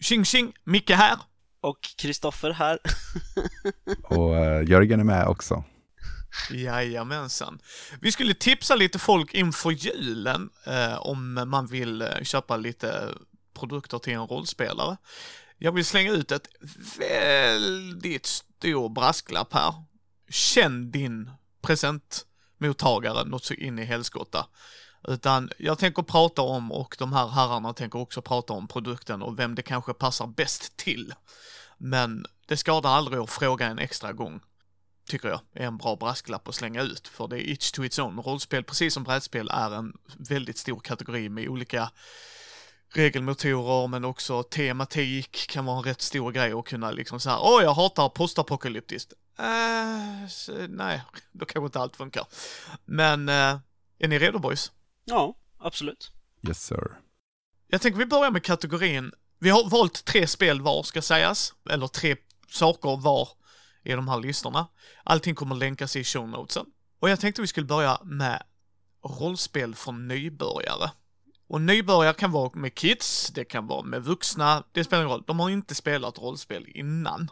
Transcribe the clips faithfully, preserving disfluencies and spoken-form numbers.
Tjing tjing, Micke här. Och Kristoffer här. Och uh, Jörgen är med också. Jajamensan. Vi skulle tipsa lite folk inför julen eh, om man vill eh, köpa lite produkter till en rollspelare. Jag vill slänga ut ett väldigt stor brasklapp här. Känn din presentmottagare något så in i helskotta. Utan jag tänker prata om, och de här herrarna tänker också prata om produkten och vem det kanske passar bäst till. Men det skadar aldrig att fråga en extra gång. Tycker jag är en bra brasklapp att slänga ut. För det är each to its own. Rollspel, precis som brädspel, är en väldigt stor kategori med olika regelmotorer, men också tematik kan vara en rätt stor grej att kunna liksom så här, åh, jag hatar postapokalyptiskt. Äh, så, nej, då kanske inte allt funkar. Men äh, är ni redo, boys? Ja, absolut. Yes, sir. Jag tänker vi börjar med kategorin. Vi har valt tre spel var, ska sägas. Eller tre saker var i de här listorna. Allting kommer länkas i show notesen. Och jag tänkte vi skulle börja med rollspel för nybörjare. Och nybörjare kan vara med kids, det kan vara med vuxna, det spelar ingen roll. De har inte spelat rollspel innan.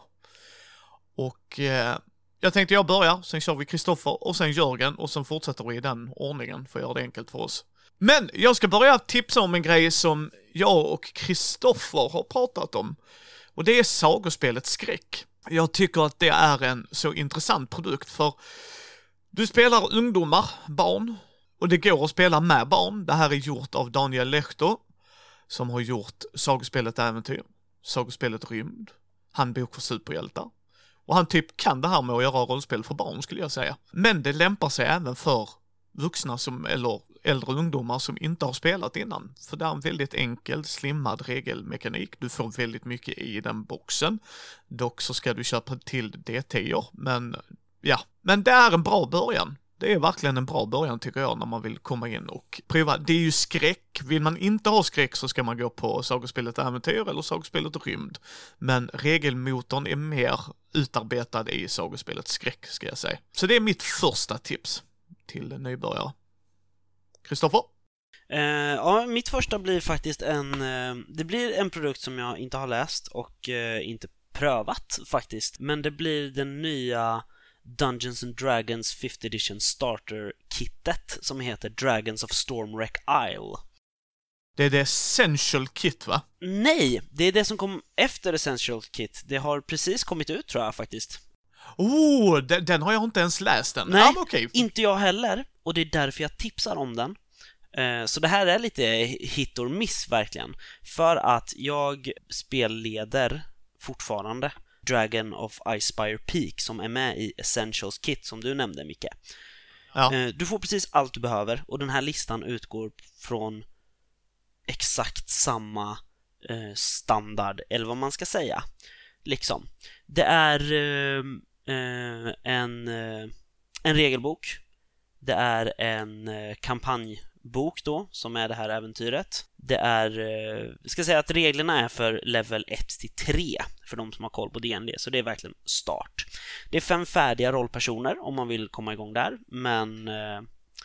Och eh, jag tänkte jag börjar, sen kör vi Kristoffer och sen Jörgen och sen fortsätter vi i den ordningen för att göra det enkelt för oss. Men jag ska börja tipsa om en grej som jag och Kristoffer har pratat om. Och det är sagospelet Skräck. Jag tycker att det är en så intressant produkt, för du spelar ungdomar, barn, och det går att spela med barn. Det här är gjort av Daniel Lehto, som har gjort sagospelet Äventyr, sagospelet Rymd, Handbok för superhjältar. Och han typ kan det här med att göra rollspel för barn, skulle jag säga. Men det lämpar sig även för vuxna som, eller äldre ungdomar som inte har spelat innan. För det är en väldigt enkel, slimmad regelmekanik. Du får väldigt mycket i den boxen. Dock så ska du köpa till D T-er. Men ja, men det är en bra början. Det är verkligen en bra början, tycker jag, när man vill komma in och pröva. Det är ju skräck. Vill man inte ha skräck så ska man gå på sagospelet Äventyr eller sagospelet Rymd. Men regelmotorn är mer utarbetad i sagospelet Skräck, ska jag säga. Så det är mitt första tips till nybörjare. Kristoffer? Uh, ja, mitt första blir faktiskt en... Uh, det blir en produkt som jag inte har läst och uh, inte prövat faktiskt. Men det blir den nya Dungeons and Dragons fifth edition starter-kittet som heter Dragons of Stormwreck Isle. Det är det Essential Kit, va? Nej, det är det som kom efter Essential Kit. Det har precis kommit ut, tror jag faktiskt. Oh, den, den har jag inte ens läst än. Nej, ah, okay. Inte jag heller. Och det är därför jag tipsar om den. uh, Så det här är lite hit or miss, verkligen. För att jag spelleder fortfarande Dragon of Icespire Peak, som är med i Essentials Kit, som du nämnde, Micke. Ja. uh, Du får precis allt du behöver. Och den här listan utgår från exakt samma uh, standard, eller vad man ska säga. Liksom. Det är uh, uh, en, uh, en regelbok. Det är en uh, kampanjbok då, som är det här äventyret. Det är, uh, vi ska säga att reglerna är för level ett till tre för de som har koll på D and D, så det är verkligen start. Det är fem färdiga rollpersoner om man vill komma igång där, men uh,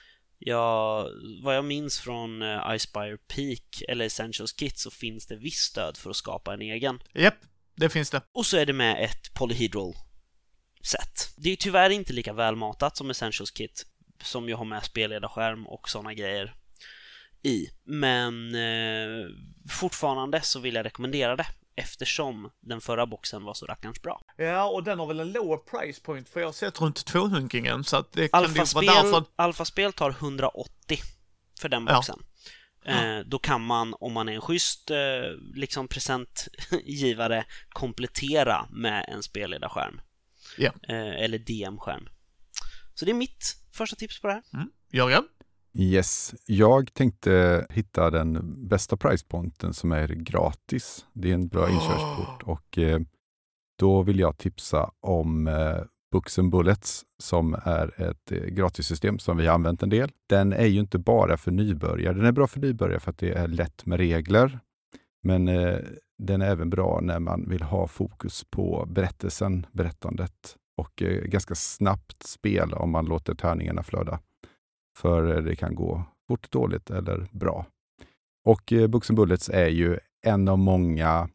ja, vad jag minns från uh, Icespire Peak eller Essentials Kit, så finns det viss stöd för att skapa en egen. Japp, det finns det. Och så är det med ett polyhedral set. Det är tyvärr inte lika välmatat som Essentials Kit, som jag har med spelledarskärm och såna grejer i. Men eh, fortfarande så vill jag rekommendera det, eftersom den förra boxen var så rackarns bra. Ja, och den har väl en lower price point, för jag har sett runt tvåhundringen, så att det kan Alfaspel, ju vara därför. Alfaspel tar hundraåttio för den boxen. Ja. Eh, då kan man, om man är en schysst eh, liksom presentgivare, komplettera med en spelledarskärm. Ja. Eh, eller D M-skärm. Så det är mitt första tips på det här. Mm. Jörgen? Yes, jag tänkte hitta den bästa pricepointen som är gratis. Det är en bra inkörsport och eh, då vill jag tipsa om eh, Books and Bullets, som är ett eh, gratissystem som vi har använt en del. Den är ju inte bara för nybörjare. Den är bra för nybörjare för att det är lätt med regler. Men eh, den är även bra när man vill ha fokus på berättelsen, berättandet och eh, ganska snabbt spel om man låter tärningarna flöda. För det kan gå fort, dåligt eller bra. Och eh, Books and Bullets är ju en av många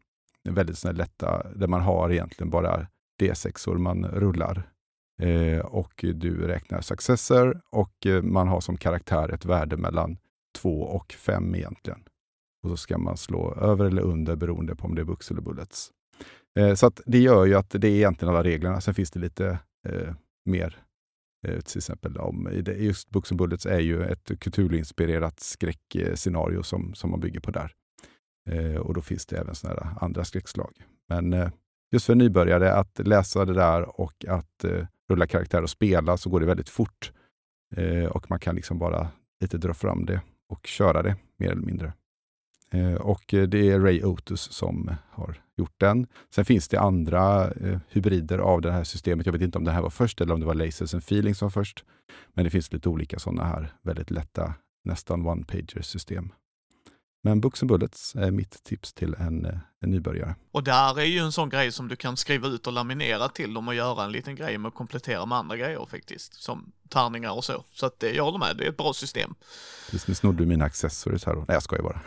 väldigt såna lätta, där man har egentligen bara D sex-or man rullar. Eh, och du räknar successer och eh, man har som karaktär ett värde mellan två och fem egentligen. Och så ska man slå över eller under beroende på om det är books eller bullets. Eh, så att det gör ju att det är egentligen alla reglerna. Sen finns det lite eh, mer. Eh, till exempel om just books and bullets är ju ett kulturinspirerat skräckscenario som, som man bygger på där. Eh, och då finns det även såna här andra skräckslag. Men eh, just för nybörjare att läsa det där och att eh, rulla karaktär och spela, så går det väldigt fort. Eh, och man kan liksom bara lite dra fram det och köra det mer eller mindre. Eh, och det är Ray Otus som har gjort den. Sen finns det andra eh, hybrider av det här systemet. Jag vet inte om det här var först eller om det var Lasers and Feelings som var först. Men det finns lite olika sådana här väldigt lätta, nästan one-pager-system. Men Books and Bullets är mitt tips till en, en nybörjare. Och där är ju en sån grej som du kan skriva ut och laminera till dem och göra en liten grej med att komplettera med andra grejer faktiskt. Som tärningar och så. Så att jag håller med, det är ett bra system. Just nu snodde du mina accessories här då. Nej, jag ska ju bara.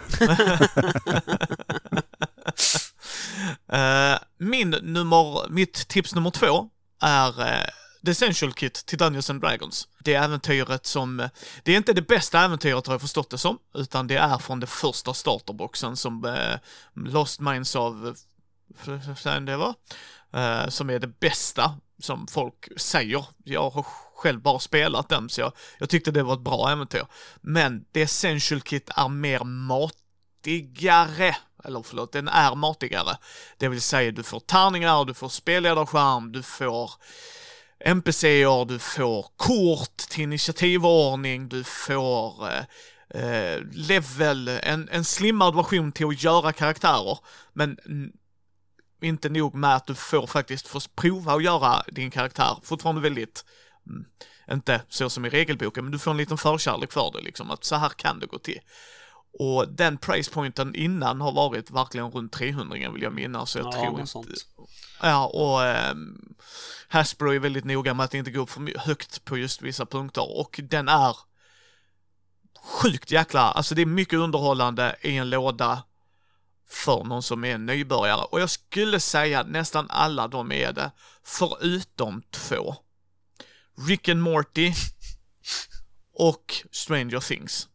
uh, min nummer, mitt tips nummer två är uh, The Essential Kit till Dungeons and Dragons. Det är äventyret som, det är inte det bästa äventyret har jag förstått det som, utan det är från det första starterboxen som eh, Lost Minds of det var, eh, som är det bästa som folk säger. Jag har själv bara spelat den, så jag, jag tyckte det var ett bra äventyr. Men The Essential Kit är mer matigare, eller förlåt, den är matigare. Det vill säga du får tärningar, du får spelledarskärm, du får N P C-er, du får kort till initiativordning, du får eh, eh, level, en, en slimmad version till att göra karaktärer, men n- inte nog med att du får faktiskt få prova att göra din karaktär, fortfarande väldigt, mm, inte så som i regelboken, men du får en liten förkärlek för det liksom, att så här kan det gå till. Och den price pointen innan har varit verkligen runt trehundra vill jag minnas, så jag ja, tror inte... Sånt. Ja, och eh, Hasbro är väldigt noga med att inte gå upp för högt på just vissa punkter, och den är sjukt jäkla, alltså det är mycket underhållande i en låda för någon som är en nybörjare, och jag skulle säga att nästan alla de är det, förutom två. Rick and Morty och Stranger Things.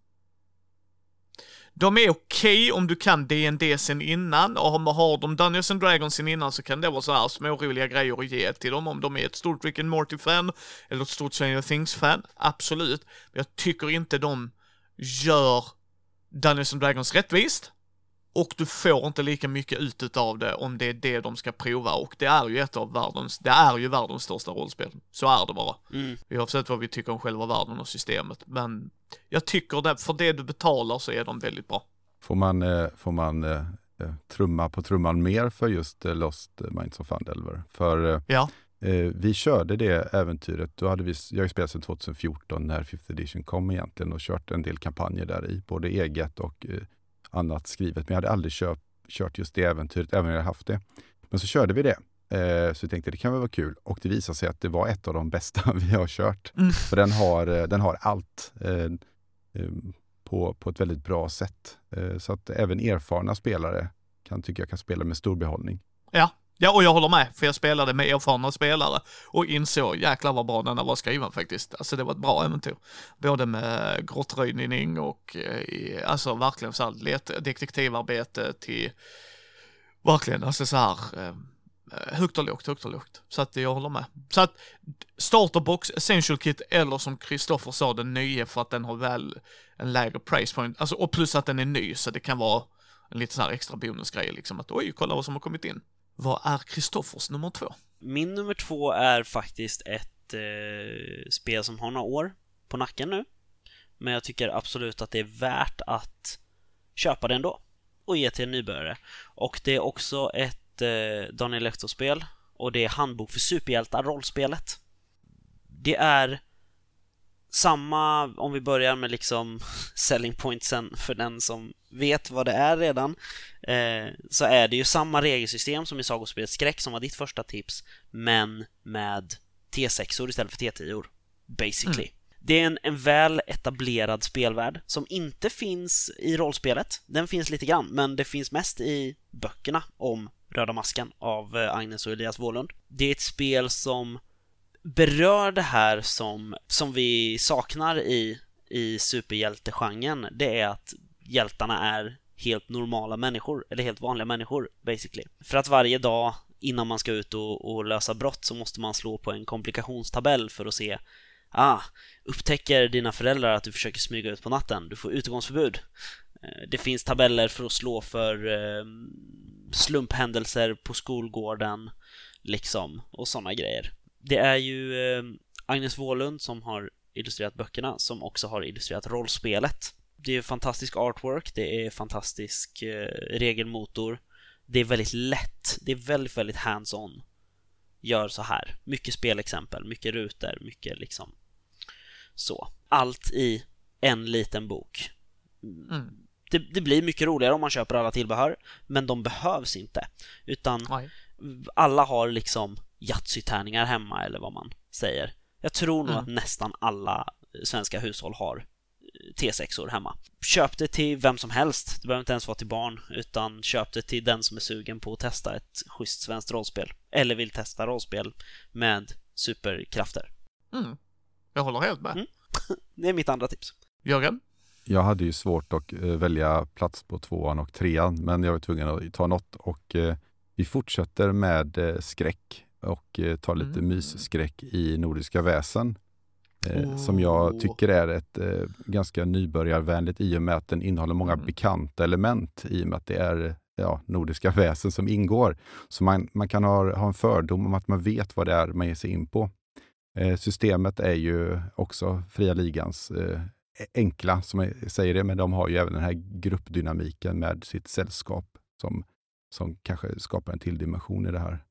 De är okej om du kan D and D sen innan, och om man har de Dungeons and Dragons sen innan så kan det vara så här små roliga grejer att ge till dem om de är ett stort Rick and Morty-fan eller ett stort Stranger Things-fan, absolut. Men jag tycker inte de gör Dungeons and Dragons rättvist, och du får inte lika mycket ut utav det om det är det de ska prova, och det är ju ett av världens, det är ju världens största rollspel. Så är det bara. Mm. Vi har sett vad vi tycker om själva världen och systemet, men jag tycker det, för det du betalar så är de väldigt bra. Får man, eh, får man eh, trumma på trumman mer för just eh, Lost Minds of Phandelver? För eh, ja. eh, vi körde det äventyret, då hade vi, jag har spelat sedan tjugohundrafjorton när fifth edition kom egentligen, och kört en del kampanjer där i, både eget och eh, annat skrivet, men jag hade aldrig kört, kört just det äventyret, även om jag hade haft det. Men så körde vi det. Eh, så jag tänkte det kan väl vara kul, och det visade sig att det var ett av de bästa vi har kört. Mm. För den har, den har allt eh, eh, på, på ett väldigt bra sätt. Eh, så att även erfarna spelare kan tycka jag kan spela med stor behållning. Ja. Ja, och jag håller med, för jag spelade med erfarna spelare och insåg jäklar vad bra den var skriven faktiskt. Alltså det var ett bra äventyr. Både med grottröjning och eh, alltså verkligen så här let, detektivarbete till verkligen alltså så här eh, högt och lågt, högt och lågt. Så att jag håller med. Så att starterbox, Essential Kit, eller som Kristoffer sa, den nya, för att den har väl en lägre price point. Alltså, och plus att den är ny, så det kan vara en lite så här extra bonusgrej liksom, att oj, kolla vad som har kommit in. Vad är Kristoffers nummer två? Min nummer två är faktiskt ett eh, spel som har några år på nacken nu. Men jag tycker absolut att det är värt att köpa det ändå och ge till en nybörjare. Och det är också ett eh, Daniel Lefto-spel, och det är Handbok för superhjältar, rollspelet. Det är samma, om vi börjar med liksom selling pointsen för den som vet vad det är redan, eh, så är det ju samma regelsystem som i Sagospelet Skräck som var ditt första tips, men med T sex-or istället för T tio-or basically. Mm. Det är en, en väl etablerad spelvärld som inte finns i rollspelet. Den finns lite grann, men det finns mest i böckerna om Röda masken av Agnes och Elias Wåhlund. Det är ett spel som berör det här som, som vi saknar i, i superhjältegenren. Det är att hjältarna är helt normala människor, eller helt vanliga människor basically. För att varje dag innan man ska ut och, och lösa brott så måste man slå på en komplikationstabell för att se, ah, upptäcker dina föräldrar att du försöker smyga ut på natten, du får utegångsförbud. Det finns tabeller för att slå för eh, slumphändelser på skolgården liksom, och sådana grejer. Det är ju eh, Agnes Wåhlund som har illustrerat böckerna som också har illustrerat rollspelet. Det är fantastisk artwork, det är fantastisk eh, regelmotor. Det är väldigt lätt, det är väldigt, väldigt hands-on. Gör så här, mycket spelexempel, mycket rutor, mycket liksom så. Allt i en liten bok. Mm. Det, det blir mycket roligare om man köper alla tillbehör, men de behövs inte. Utan Nej. alla har liksom Yatzy-tärningar hemma, eller vad man säger. Jag tror nog Mm. att nästan alla svenska hushåll har T sexor hemma. Köp det till vem som helst. Det behöver inte ens vara till barn, utan köp det till den som är sugen på att testa ett schysst svenskt rollspel. Eller vill testa rollspel med superkrafter. Mm. Jag håller helt med. Mm. Det är mitt andra tips. Jörgen? Jag hade ju svårt att eh, välja plats på tvåan och trean, men jag var tvungen att ta något. Och eh, vi fortsätter med eh, skräck och eh, tar lite Mm. mysskräck i Nordiska väsen. Eh, Oh. Som jag tycker är ett eh, ganska nybörjarvänligt i och med att den innehåller många Mm. bekanta element i och med att det är ja, Nordiska väsen som ingår. Så man, man kan ha, ha en fördom om att man vet vad det är man ger sig in på. Eh, systemet är ju också fria ligans eh, enkla, som jag säger det, men de har ju även den här gruppdynamiken med sitt sällskap som, som kanske skapar en till dimension i det här.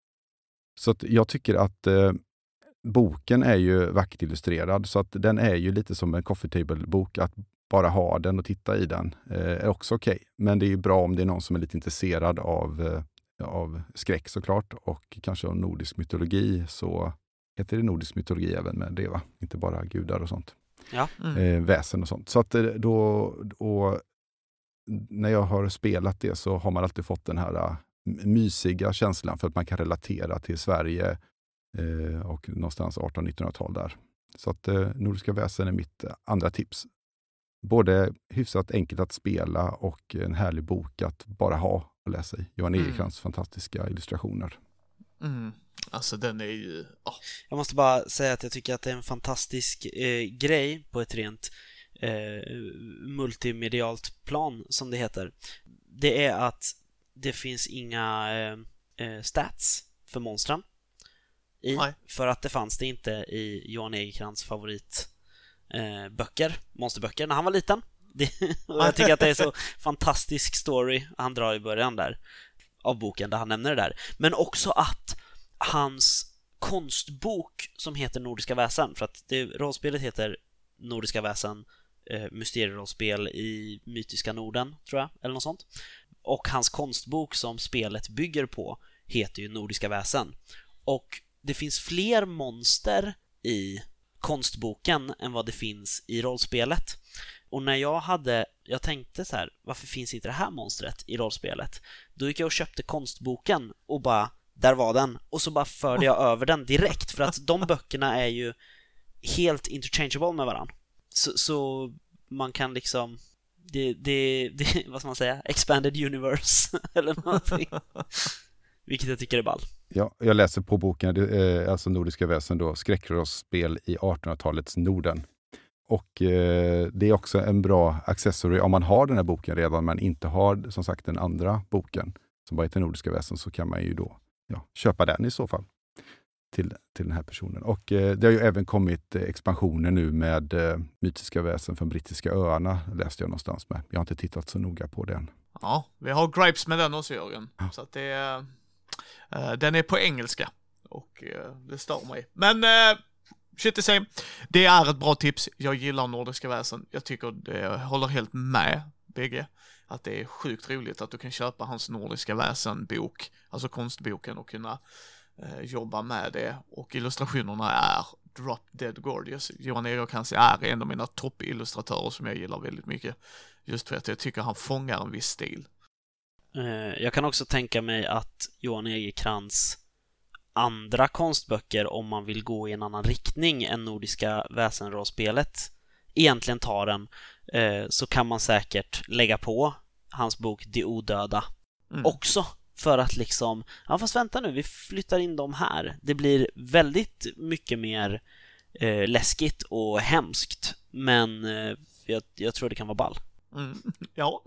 Så att jag tycker att eh, boken är ju vackert illustrerad, så att den är ju lite som en coffee table-bok. Att bara ha den och titta i den eh, är också okej. Okay. Men det är ju bra om det är någon som är lite intresserad av, eh, av skräck såklart, och kanske av nordisk mytologi, så heter det nordisk mytologi även med det, va? Inte bara gudar och sånt. Ja. Mm. Eh, väsen och sånt. Så att då, och när jag har spelat det så har man alltid fått den här uh, mysiga känslan för att man kan relatera till Sverige eh, och någonstans artonhundra-nittonhundratal där. Så att eh, Nordiska väsen är mitt uh, andra tips. Både hyfsat enkelt att spela och en härlig bok att bara ha och läsa i. Johan Mm. Erikrans fantastiska illustrationer. Mm. Alltså den är ju... Oh. Jag måste bara säga att jag tycker att det är en fantastisk eh, grej på ett rent eh, multimedialt plan, som det heter. Det är att det finns inga eh, stats för monstren i, Nej. för att det fanns det inte i Johan Egerkrans favorit eh, böcker, monsterböcker när han var liten. Det, och jag tycker att det är så fantastisk story han drar i början där av boken där han nämner det där. Men också att hans konstbok som heter Nordiska väsen, för att det, rollspelet heter Nordiska väsen, eh, mysterierollspel i mytiska Norden, tror jag, eller något sånt. Och hans konstbok som spelet bygger på heter ju Nordiska väsen. Och det finns fler monster i konstboken än vad det finns i rollspelet. Och när jag hade, jag tänkte så här, varför finns inte det här monstret i rollspelet? Då gick jag och köpte konstboken och bara, där var den. Och så bara förde jag över den direkt, för att de böckerna är ju helt interchangeable med varandra. Så, så man kan liksom, det, det, det, vad ska man säga, expanded universe eller någonting. Vilket jag tycker är ball. Ja, jag läser på boken, det är alltså Nordiska väsen då, skräckrollspel i artonhundratalets Norden. Och eh, det är också en bra accessory om man har den här boken redan men inte har som sagt den andra boken som bara heter Nordiska väsen, så kan man ju då ja, köpa den i så fall till, till den här personen. Och eh, det har ju även kommit eh, expansioner nu med eh, mytiska väsen från brittiska öarna, läste jag någonstans med. Jag har inte tittat så noga på den. Ja, vi har gripes med den också, Jörgen. Ja. Så att det är, uh, den är på engelska och uh, det står mig. Men uh, shit i sig, det är ett bra tips. Jag gillar Nordiska väsen. Jag tycker det, jag håller helt med bägge. Att det är sjukt roligt att du kan köpa hans Nordiska väsen-bok, alltså konstboken, och kunna uh, jobba med det. Och illustrationerna är drop dead gorgeous. Johan Egerkrans är en av mina toppillustratörer som jag gillar väldigt mycket. Just för att jag tycker han fångar en viss stil. Eh, jag kan också tänka mig att Johan Egerkrans andra konstböcker, om man vill gå i en annan riktning än Nordiska väsenrollspelet, egentligen tar den, eh, så kan man säkert lägga på hans bok De odöda mm. också, för att liksom, ja fast vänta nu, vi flyttar in dem här. Det blir väldigt mycket mer eh, läskigt och hemskt, men eh, jag, jag tror det kan vara ball. Mm. Ja.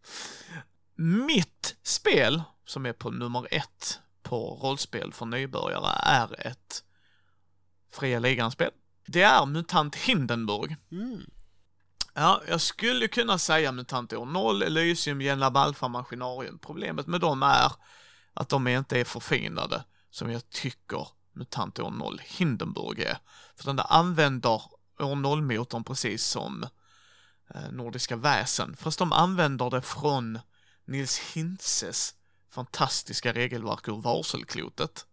Mitt spel, som är på nummer ett på rollspel för nybörjare, är ett fria ligan-spel. Det är Mutant Hindenburg. Mm. Ja, jag skulle kunna säga Mutant År noll, Elysium, Genlab Alpha, Machinarium. Problemet med dem är att de inte är förfinade som jag tycker Mutant År noll Hindenburg är. För den där använder År noll-motorn precis som eh, Nordiska väsen. Fast de använder det från Nils Hintses fantastiska regelverk ur Varselklotet.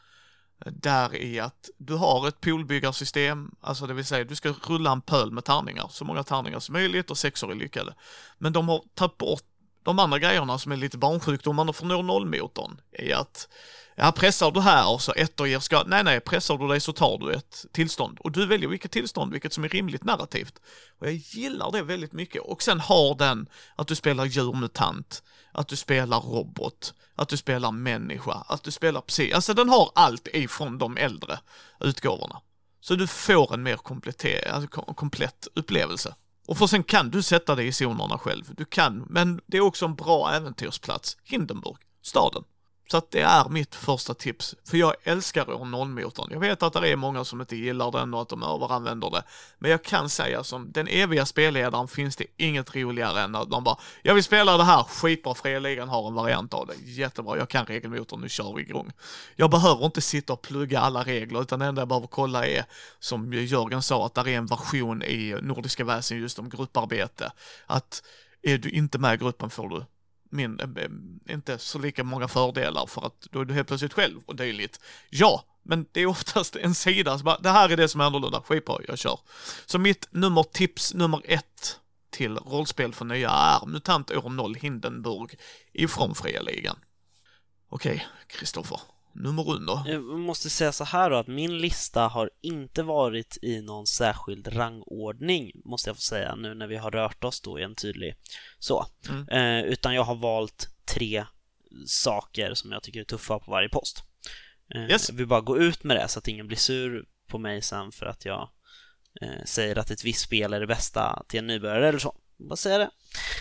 Där i att du har ett poolbyggarsystem, alltså det vill säga du ska rulla en pöl med tärningar, så många tärningar som möjligt, och sexor är lyckade. Men de har tagit bort de andra grejerna som är lite barnsjukdomarna från År noll-motorn, i att ja, pressar du här och så ettor ger skada. Nej, nej, pressar du dig så tar du ett tillstånd. Och du väljer vilket tillstånd, vilket som är rimligt narrativt. Och jag gillar det väldigt mycket. Och sen har den att du spelar djurmutant, att du spelar robot, att du spelar människa, att du spelar psi. Alltså den har allt ifrån de äldre utgåvorna. Så du får en mer komplett, alltså komplett upplevelse. Och för sen kan du sätta dig i zonerna själv. Du kan, men det är också en bra äventyrsplats. Hindenburg, staden. Så att det är mitt första tips. För jag älskar År noll-motorn. Jag vet att det är många som inte gillar den och att de överanvänder det. Men jag kan säga som den eviga spelledaren finns det inget roligare än att de bara, jag vill spela det här, skitbra, Fria-ligan har en variant av det. Jättebra, jag kan regelmotorn, nu kör vi igång. Jag behöver inte sitta och plugga alla regler, utan det enda jag behöver kolla är, som Jörgen sa, att det är en version i Nordiska väsen just om grupparbete. Att är du inte med i gruppen får du Min, äh, inte så lika många fördelar, för att då är du helt plötsligt själv och dylikt. Ja, men det är oftast en sida som bara, det här är det som är annorlunda, skitbra, jag kör. Så mitt nummer tips nummer ett till rollspel för nya är Mutant År noll Hindenburg ifrån Fria ligan. Okej, Kristoffer, nummer under. Jag måste säga så här då, att min lista har inte varit i någon särskild rangordning, måste jag få säga, nu när vi har rört oss då i en tydlig så. Mm. Eh, utan jag har valt tre saker som jag tycker är tuffa på varje post. Eh, yes. Jag vill bara gå ut med det så att ingen blir sur på mig sen för att jag eh, säger att ett visst spel är det bästa till en nybörjare eller så. Vad säger det?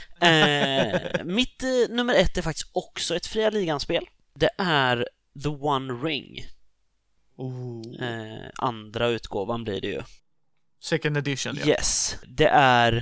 Eh, mitt eh, nummer ett är faktiskt också ett Fria ligan-spel. Det är The One Ring. Oh. Eh, andra utgåvan blir det ju. Second edition, ja. Yes. Det är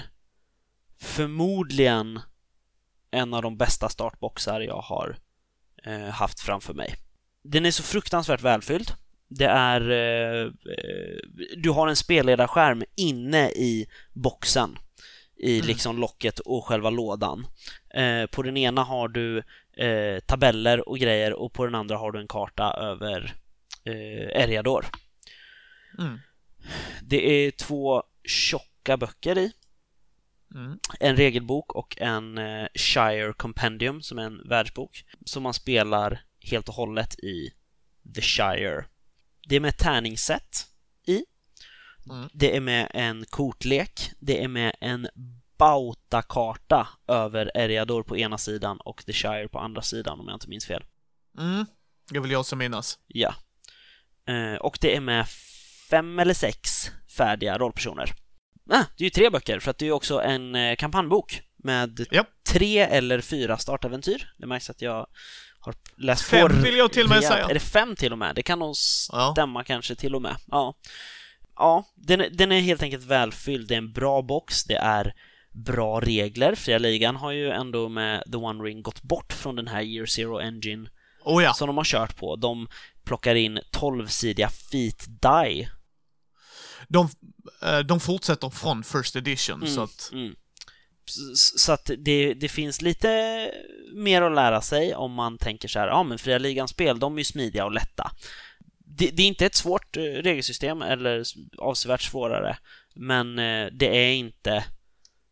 förmodligen en av de bästa startboxar jag har eh, haft framför mig. Den är så fruktansvärt välfylld. Det är eh, du har en spelledarskärm inne i boxen, i mm. liksom locket och själva lådan. Eh, på den ena har du eh, tabeller och grejer, och på den andra har du en karta över eh, Eriador. Mm. Det är två tjocka böcker i. Mm. En regelbok och en eh, Shire Compendium, som är en världsbok som man spelar helt och hållet i The Shire. Det är med tärningssätt i. Mm. Det är med en kortlek. Det är med en Bauta-karta över Eriador på ena sidan och The Shire på andra sidan, om jag inte minns fel. Mm, det vill jag också minnas. Ja. Eh, och det är med fem eller sex färdiga rollpersoner. Ah, det är ju tre böcker, för att det är ju också en eh, kampanjbok med yep. tre eller fyra startäventyr. Det märks att jag har läst fem på vill jag till och med säga. Är det fem till och med? Det kan nog stämma ja. kanske till och med. Ja, ja den, den är helt enkelt välfylld. Det är en bra box. Det är bra regler. Fria ligan har ju ändå med The One Ring gått bort från den här Year Zero Engine oh ja. som de har kört på. De plockar in tolvsidiga feat die. De, de fortsätter från First Edition mm, så att... Mm. Så att det, det finns lite mer att lära sig om man tänker så här, ja men Fria ligans spel, de är ju smidiga och lätta. Det, det är inte ett svårt regelsystem eller avsevärt svårare, men det är inte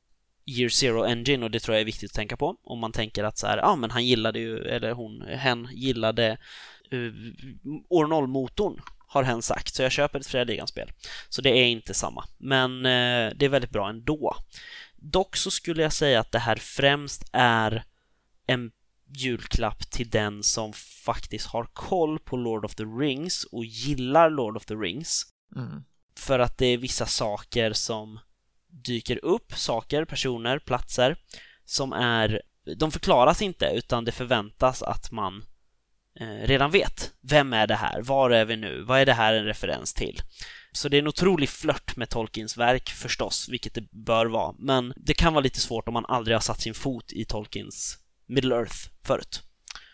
Year Zero Engine, och det tror jag är viktigt att tänka på om man tänker att så här, ja men han gillade ju, eller hon, hen gillade uh, år noll-motorn, har hen sagt, så jag köper ett Fria Ligan-spel. Så det är inte samma, men uh, det är väldigt bra ändå. Dock så skulle jag säga att det här främst är en julklapp till den som faktiskt har koll på Lord of the Rings och gillar Lord of the Rings. Mm. För att det är vissa saker som dyker upp, saker, personer, platser som är, de förklaras inte utan det förväntas att man eh, redan vet. Vem är det här? Var är vi nu? Vad är det här en referens till? Så det är en otrolig flört med Tolkiens verk förstås, vilket det bör vara. Men det kan vara lite svårt om man aldrig har satt sin fot i Tolkiens Middle Earth förut.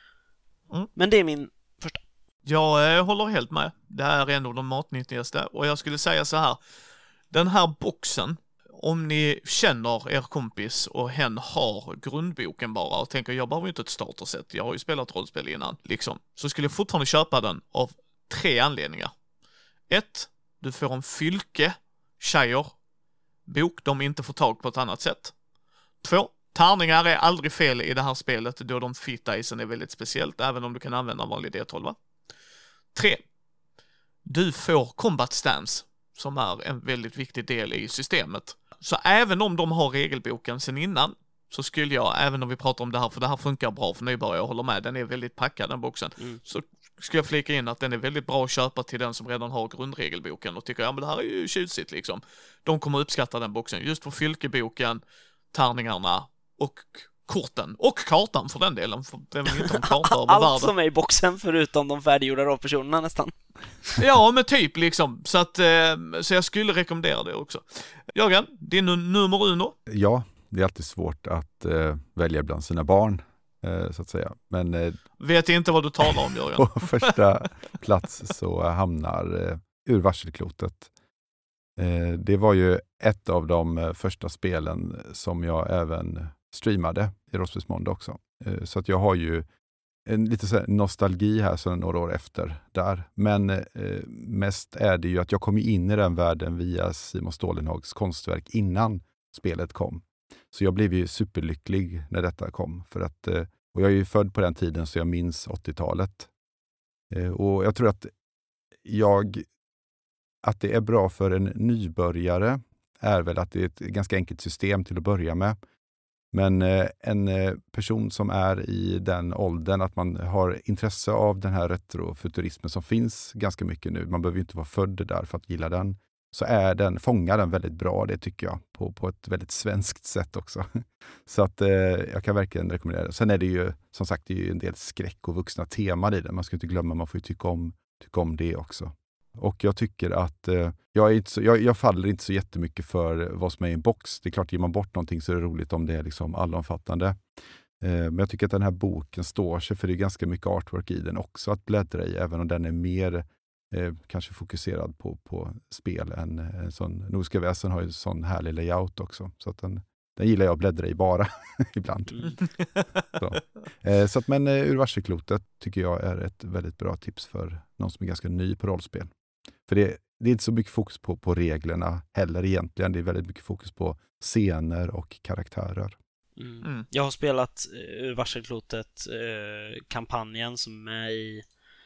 Mm. Men det är min första. Jag eh, håller helt med. Det här är en av de matnyttigaste. Och jag skulle säga så här. Den här boxen, om ni känner er kompis och hen har grundboken bara och tänker jag behöver ju inte ett starterset, jag har ju spelat rollspel innan, liksom. Så skulle jag fortfarande köpa den av tre anledningar. Ett, du får en fylke tjejer bok de inte får tag på ett annat sätt. Två, tärningar är aldrig fel i det här spelet då de fit-icen är väldigt speciellt, även om du kan använda en vanlig D tolv. Tre, du får combat stance som är en väldigt viktig del i systemet. Så även om de har regelboken sen innan så skulle jag, även om vi pratar om det här, för det här funkar bra för nybörjare, jag håller med, den är väldigt packad den boxen, mm. så skulle jag flika in att den är väldigt bra att köpa till den som redan har grundregelboken och tycker, ja men det här är ju tjusigt liksom. De kommer uppskatta den boxen, just för fylkeboken, tärningarna och korten, och kartan för den delen, för det är väl inte en karta över allt världen. Som är i boxen förutom de färdiggjorda rollpersonerna nästan. Ja, men typ liksom, så att eh, så jag skulle rekommendera det också. Jörgen, din nummer uno? Ja, det är alltid svårt att eh, välja bland sina barn, eh, så att säga. Men eh, vet inte vad du talar om, Jörgen. På första plats så hamnar eh, Ur varselklotet. Eh, det var ju ett av de första spelen som jag även streamade i Rollspelsmåndag också. Eh, så att jag har ju en lite så här nostalgi här så några år efter där. Men eh, mest är det ju att jag kom in i den världen via Simon Stålenhags konstverk innan spelet kom. Så jag blev ju superlycklig när detta kom. För att, eh, och jag är ju född på den tiden så jag minns åttiotalet. Eh, och jag tror att jag att det är bra för en nybörjare är väl att det är ett ganska enkelt system till att börja med. Men eh, en eh, person som är i den åldern att man har intresse av den här retrofuturismen som finns ganska mycket nu. Man behöver ju inte vara född där för att gilla den. Så är den, fångar den väldigt bra, det tycker jag. På, på ett väldigt svenskt sätt också. Så att eh, jag kan verkligen rekommendera det. Sen är det ju, som sagt, det är ju en del skräck och vuxna teman i den. Man ska inte glömma, man får ju tycka om, tycka om det också. Och jag tycker att eh, jag, är inte så, jag, jag faller inte så jättemycket för vad som är i en box. Det är klart, ger man bort någonting så är det roligt om det är liksom allomfattande. Eh, men jag tycker att den här boken står sig, för det är ganska mycket artwork i den också att bläddra i, även om den är mer eh, kanske fokuserad på, på spel än en sån. Nordiska väsen har ju en sån härlig layout också. Så att den, den gillar jag att bläddra i bara ibland. Mm. så eh, så att, men eh, Ur varselklotet tycker jag är ett väldigt bra tips för någon som är ganska ny på rollspel. För det, det är inte så mycket fokus på, på reglerna heller egentligen. Det är väldigt mycket fokus på scener och karaktärer. Mm. Mm. Jag har spelat Ur varselklotet eh, kampanjen som är i,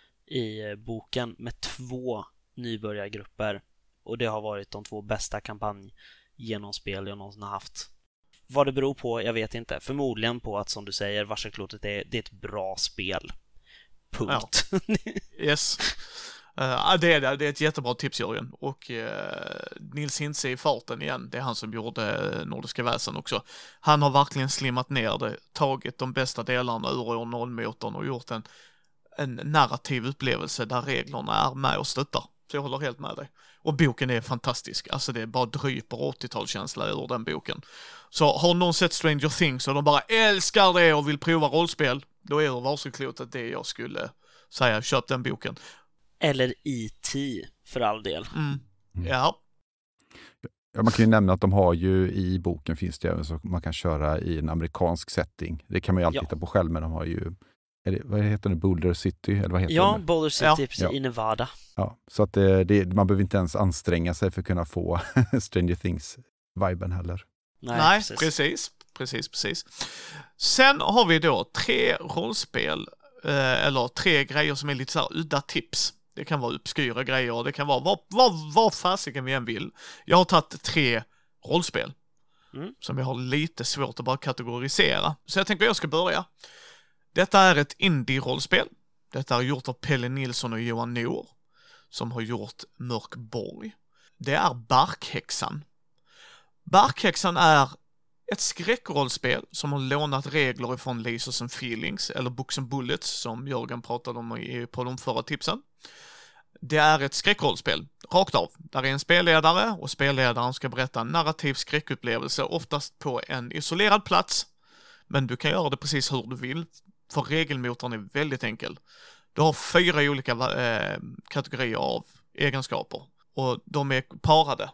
i boken med två nybörjargrupper. Och det har varit de två bästa kampanjgenomspel jag någonsin har haft. Vad det beror på, jag vet inte. Förmodligen på att, som du säger, varselklotet är, det är ett bra spel. Punkt. Ja. Yes. Uh, det, är det. det är ett jättebra tips, Jörgen. Och uh, Nils Hintze i farten igen, det är han som gjorde uh, Nordiska väsen också. Han har verkligen slimmat ner det, tagit de bästa delarna ur år noll-motorn och gjort en, en narrativ upplevelse där reglerna är med och stöttar. Så jag håller helt med dig. Och boken är fantastisk. Alltså det är bara dryper åttiotalskänsla ur den boken. Så har någon sett Stranger Things och de bara älskar det och vill prova rollspel, då är Ur varselklotet det jag skulle säga. Köp den boken. Eller E T för all del. Mm. Ja. Ja, man kan ju nämna att de har ju i boken finns det även så man kan köra i en amerikansk setting. Det kan man ju alltid ja. titta på själv, men de har ju, är det, vad heter det, Boulder City? Eller vad heter ja, det? Boulder City ja. precis, ja. i Nevada. Ja, så att det, det, man behöver inte ens anstränga sig för att kunna få Stranger Things-viben heller. Nej, Nej, precis. precis. precis, precis. Sen har vi då tre rollspel, eh, eller tre grejer som är lite så här udda tips. Det kan vara uppskyra grejer, det kan vara vad, vad, vad fasiken vi än vill. Jag har tagit tre rollspel Mm. som jag har lite svårt att bara kategorisera. Så jag tänker att jag ska börja. Detta är ett indie-rollspel. Detta är gjort av Pelle Nilsson och Johan Nohr, som har gjort Mörkborg. Det är Barkhäxan. Barkhäxan är ett skräckrollspel som har lånat regler ifrån Lasers and Feelings, eller Books and Bullets, som Jörgen pratade om i, på de förra tipsen. Det är ett skräckrollspel, rakt av. Där är en spelledare och spelledaren ska berätta en narrativ skräckupplevelse, oftast på en isolerad plats. Men du kan göra det precis hur du vill, för regelmotorn är väldigt enkel. Du har fyra olika eh, kategorier av egenskaper och de är parade.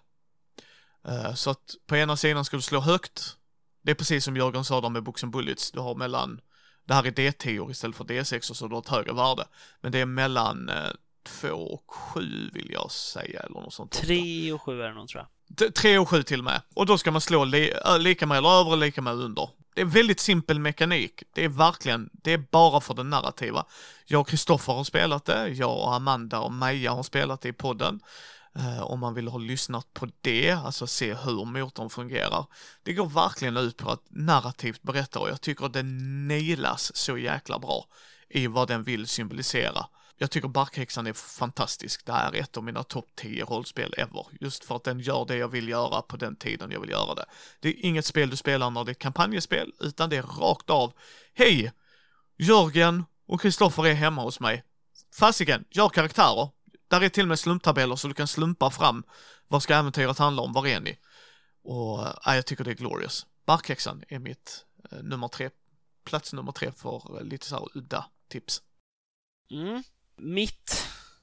Eh, så att på ena sidan ska du slå högt. Det är precis som Jörgen sa där med Books and Bullets. Du har mellan, det här är D tio istället för D sex, så du har ett högre värde. Men det är mellan eh, två och sju vill jag säga, eller något sånt. tre och sju är det nog, tror jag. tre och sju till och med. Och då ska man slå li- äh, lika med eller över och lika med under. Det är väldigt simpel mekanik. Det är verkligen, det är bara för den narrativa. Jag och Kristoffer har spelat det. Jag och Amanda och Maja har spelat det i podden. Uh, om man vill ha lyssnat på det, alltså se hur motorn fungerar. Det går verkligen ut på att narrativt berätta, och jag tycker att det nailas så jäkla bra i vad den vill symbolisera. Jag tycker Barkhäxan är fantastisk. Det är ett av mina topp tio rollspel ever. Just för att den gör det jag vill göra på den tiden jag vill göra det. Det är inget spel du spelar när det är kampanjespel, utan det är rakt av. Hej! Jörgen och Kristoffer är hemma hos mig. Fasiken, gör karaktärer. Där är till och med slumptabeller så du kan slumpa fram vad ska äventyret handla om, var är ni? Och äh, jag tycker det är glorious. Barkhäxan är mitt äh, nummer tre, plats nummer tre för äh, lite så här udda tips. Mm. Mitt,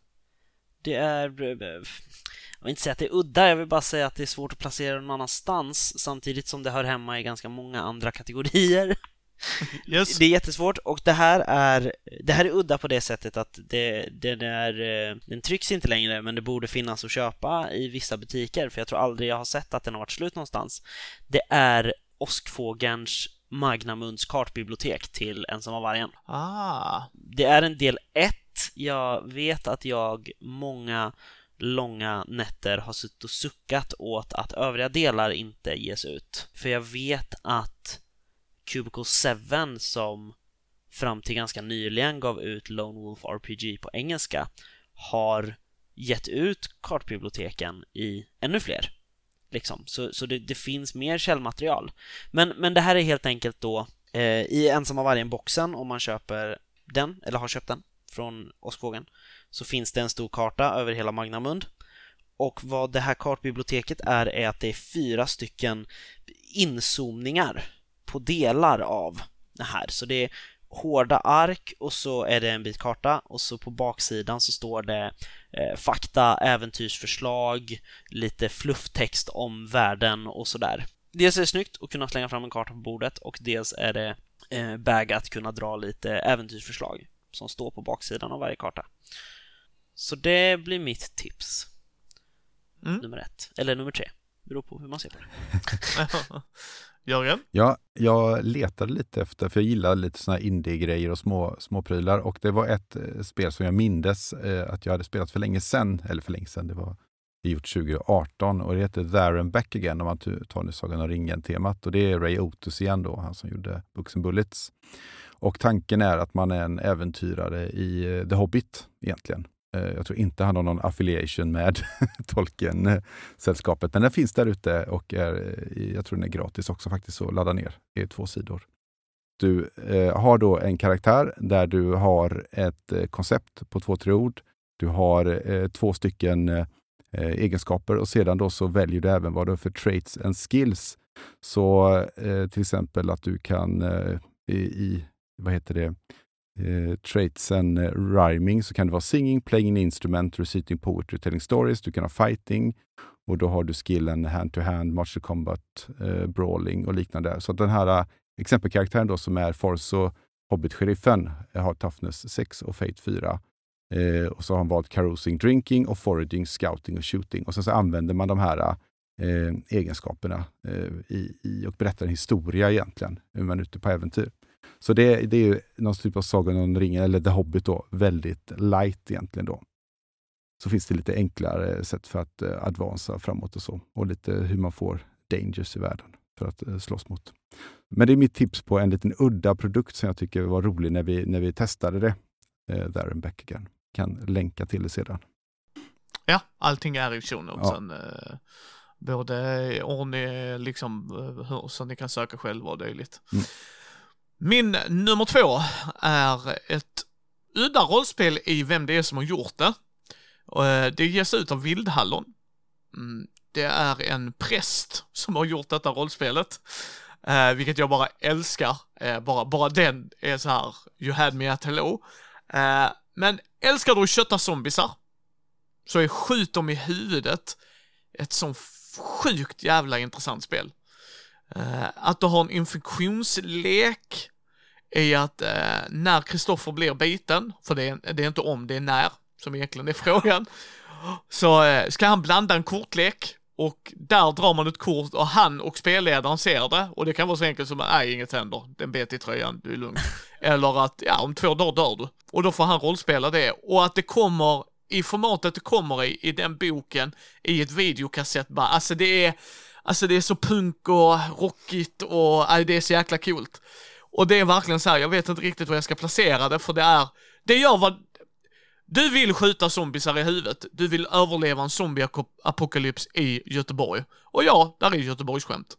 det är, jag vill inte säga att det är udda, jag vill bara säga att det är svårt att placera någon annanstans, samtidigt som det hör hemma i ganska många andra kategorier. Yes. Det är jättesvårt, och det här är det här är udda på det sättet att det, det är, den trycks inte längre, men det borde finnas att köpa i vissa butiker, för jag tror aldrig jag har sett att den har varit slut någonstans. Det är Åskfågelns Magnamunds kartbibliotek till Ensamma vargen. Ah. Det är en del ett. Jag vet att jag många långa nätter har suttit och suckat åt att övriga delar inte ges ut. För jag vet att Cubicle sju, som fram till ganska nyligen gav ut Lone Wolf R P G på engelska, har gett ut kartbiblioteken i ännu fler. Liksom. Så, så det, det finns mer källmaterial. Men, men det här är helt enkelt då eh, i Ensamma vargen-boxen, om man köper den, eller har köpt den från Åskfågeln, så finns det en stor karta över hela Magnamund. Och vad det här kartbiblioteket är, är att det är fyra stycken inzoomningar på delar av det här. Så det är hårda ark, och så är det en bit karta, och så på baksidan så står det eh, fakta, äventyrsförslag, lite flufftext om världen och sådär. Dels är det snyggt att kunna slänga fram en karta på bordet, och dels är det eh, bag att kunna dra lite äventyrsförslag som står på baksidan av varje karta. Så det blir mitt tips. Mm. Nummer ett, eller nummer tre. Beror på hur man ser på det. Jörgen? Ja, jag letade lite efter, för jag gillar lite såna här indie-grejer och små, små prylar, och det var ett eh, spel som jag mindes eh, att jag hade spelat för länge sedan, eller för länge sedan, det var gjort tjugo arton, och det heter There and Back Again, om man tar nu Sagan om ringen-temat, och det är Ray Otus igen då, han som gjorde Books and Bullets. Och tanken är att man är en äventyrare i The Hobbit egentligen. Jag tror inte han har någon affiliation med Tolkien-sällskapet, men den finns där ute, och är, jag tror den är gratis också faktiskt att ladda ner. Det är två sidor. Du eh, har då en karaktär där du har ett eh, koncept på två, tre ord. Du har eh, två stycken eh, egenskaper, och sedan då så väljer du även vad du har för traits and skills. Så eh, till exempel att du kan eh, i, i, vad heter det, Uh, traits and uh, rhyming, så kan det vara singing, playing an instrument, reciting poetry, telling stories. Du kan ha fighting, och då har du skillen hand-to-hand, martial combat, uh, brawling och liknande. Så den här uh, exempelkaraktären då, som är Forso, Hobbit-sheriffen, har toughness sex och fate fyra. Uh, och så har han valt carousing, drinking och foraging, scouting och shooting. Och sen så använder man de här uh, eh, egenskaperna eh, i, i och berättar en historia egentligen, hur man är ute på äventyr. Så det, det är ju någon typ av Sagan om ringen, eller The Hobbit då, väldigt light egentligen då. Så finns det lite enklare sätt för att eh, advansa framåt och så. Och lite hur man får dangers i världen för att eh, slåss mot. Men det är mitt tips på en liten udda produkt som jag tycker var rolig när vi, när vi testade det. Eh, There and Back Again. Kan länka till det sedan. Ja, allting är i show notesen. Ja. Eh, både ordning, liksom, hur, så ni kan söka själva och dylikt. Mm. Min nummer två är ett udda rollspel i vem det är som har gjort det. Det ges ut av Vildhallon. Det är en präst som har gjort detta rollspelet. Vilket jag bara älskar. Bara, bara den är så här, you had me at hello. Men älskar du att kötta zombisar, så är Skjut dem i huvudet ett sånt sjukt jävla intressant spel. Uh, att du har en infektionslek i att uh, när Kristoffer blir biten, för det är, det är inte om, det är när, som egentligen är frågan, så uh, ska han blanda en kortlek, och där drar man ett kort och han och spelledaren ser det, och det kan vara så enkelt som att nej, inget händer, den bet i tröjan, du är lugn. Eller att ja, om två dagar dör du, och då får han rollspela det, och att det kommer i formatet det kommer i, i den boken, i ett videokassett bara, alltså det är Alltså det är så punk och rockigt och äh, det är så jäkla coolt. Och det är verkligen så här, jag vet inte riktigt var jag ska placera det, för det är, det gör vad, du vill skjuta zombisar i huvudet, du vill överleva en zombie-apokalyps i Göteborg. Och ja, där är Göteborgsskämt.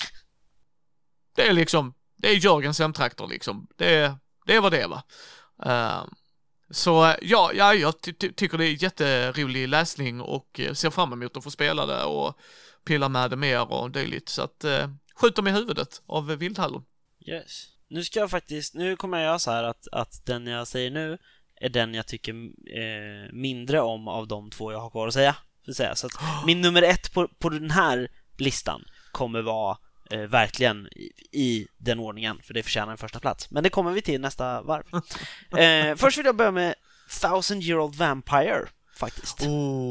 Det är liksom, det är Jörgens hemtrakter liksom, det är, det är vad det är va. Uh, så ja, ja jag ty- ty- tycker det är jätterolig läsning och ser fram emot att få spela det och pilla med det mer och dylikt. Så att eh, Skjut dem i huvudet av Vildhallon. Yes. Nu ska jag faktiskt, nu kommer jag göra så här att, att den jag säger nu är den jag tycker eh, mindre om av de två jag har kvar att säga. För att säga. Så att min nummer ett på, på den här listan kommer vara eh, verkligen i, i den ordningen, för det förtjänar en första plats. Men det kommer vi till nästa varv. eh, först vill jag börja med Thousand Year Old Vampire faktiskt.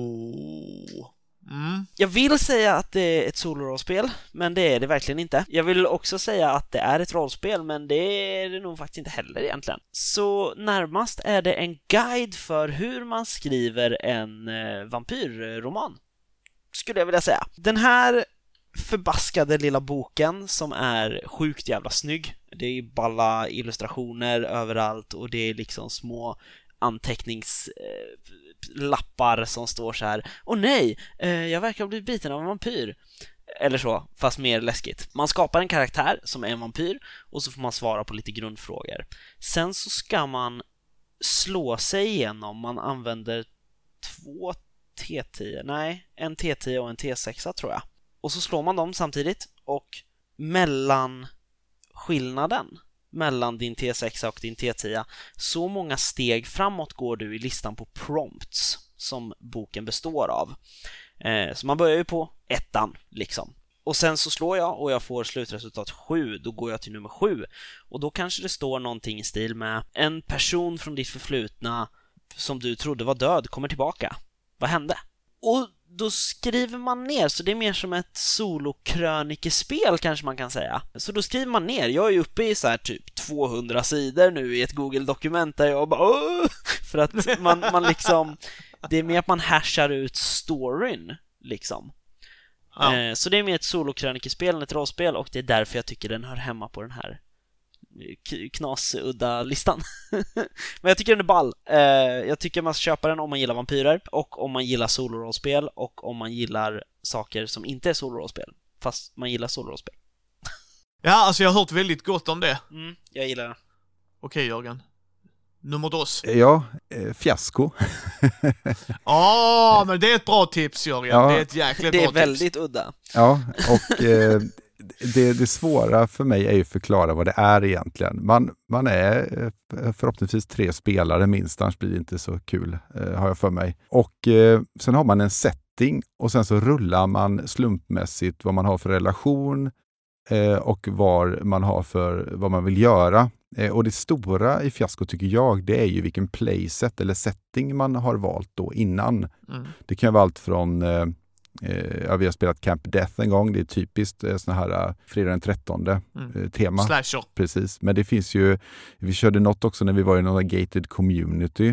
Oh. Mm. Jag vill säga att det är ett solorollspel, men det är det verkligen inte. Jag vill också säga att det är ett rollspel, men det är det nog faktiskt inte heller egentligen. Så närmast är det en guide för hur man skriver en eh, vampyrroman, skulle jag vilja säga. Den här förbaskade lilla boken som är sjukt jävla snygg. Det är balla illustrationer överallt och det är liksom små anteckningslappar som står så här: åh nej, jag verkar ha blivit biten av en vampyr. Eller så, fast mer läskigt. Man skapar en karaktär som är en vampyr och så får man svara på lite grundfrågor. Sen så ska man slå sig igenom. Man använder två T tio, nej, en T tio och en T sex tror jag. Och så slår man dem samtidigt, och mellan skillnaden mellan din T sex och din T tio, så många steg framåt går du i listan på prompts som boken består av. Eh, så man börjar ju på ettan liksom. Och sen så slår jag och jag får slutresultat sju, då går jag till nummer sju. Och då kanske det står någonting i stil med: en person från ditt förflutna som du trodde var död kommer tillbaka. Vad hände? Och då skriver man ner, så det är mer som ett solokrönikespel kanske man kan säga. Så då skriver man ner, jag är uppe i så här typ tvåhundra sidor nu i ett Google-dokument där jag bara åh! För att man, man liksom, det är mer att man hashar ut storyn liksom. Ja. Eh, så det är mer ett solokrönikespel än ett rollspel, och det är därför jag tycker den hör hemma på den här knasudda listan. Men jag tycker den är ball. eh, Jag tycker man ska köpa den om man gillar vampyrer, och om man gillar solorollspel, och om man gillar saker som inte är solorollspel fast man gillar solorollspel. Ja, alltså jag har hört väldigt gott om det. Mm, jag gillar det. Okej, Jörgen. Nummer dos. Ja, eh, fiasko. Ja, oh, men det är ett bra tips, Jörgen. Ja, det är ett jäkligt det bra är väldigt tips. Udda. Ja, och eh, det, det svåra för mig är ju att förklara vad det är egentligen. Man, man är förhoppningsvis tre spelare minst, annars blir det inte så kul, eh, har jag för mig. Och eh, sen har man en setting, och sen så rullar man slumpmässigt vad man har för relation eh, och var man har för vad man vill göra. Eh, och det stora i fiasko tycker jag, det är ju vilken playset eller setting man har valt då innan. Mm. Det kan vara allt från eh, Eh, ja, vi har spelat Camp Death en gång. Det är typiskt eh, sån här uh, fredag den trettonde Mm. eh, tema. Slasher. Precis. Men det finns ju, vi körde något också när vi var i någon gated community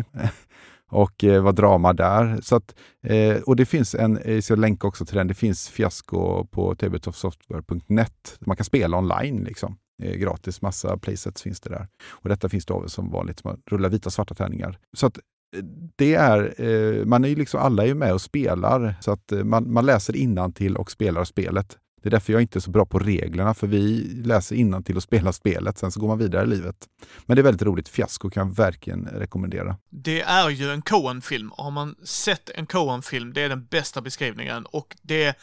och eh, var drama där. Så att, eh, och det finns en, eh, så jag länkar också till den, det finns fiasko på tabletopsoftware punkt net. Man kan spela online liksom. Eh, gratis, massa playsets finns det där. Och detta finns då som vanligt, som rullar vita svarta tärningar. Så att det är, eh, man är ju liksom, alla är ju med och spelar, så att eh, man, man läser innantill och spelar spelet. Det är därför jag inte är så bra på reglerna, för vi läser innantill och spelar spelet, sen så går man vidare i livet. Men det är väldigt roligt, fiasko kan jag verkligen rekommendera. Det är ju en Coen-film. Har man sett en Coen-film, det är den bästa beskrivningen. Och det,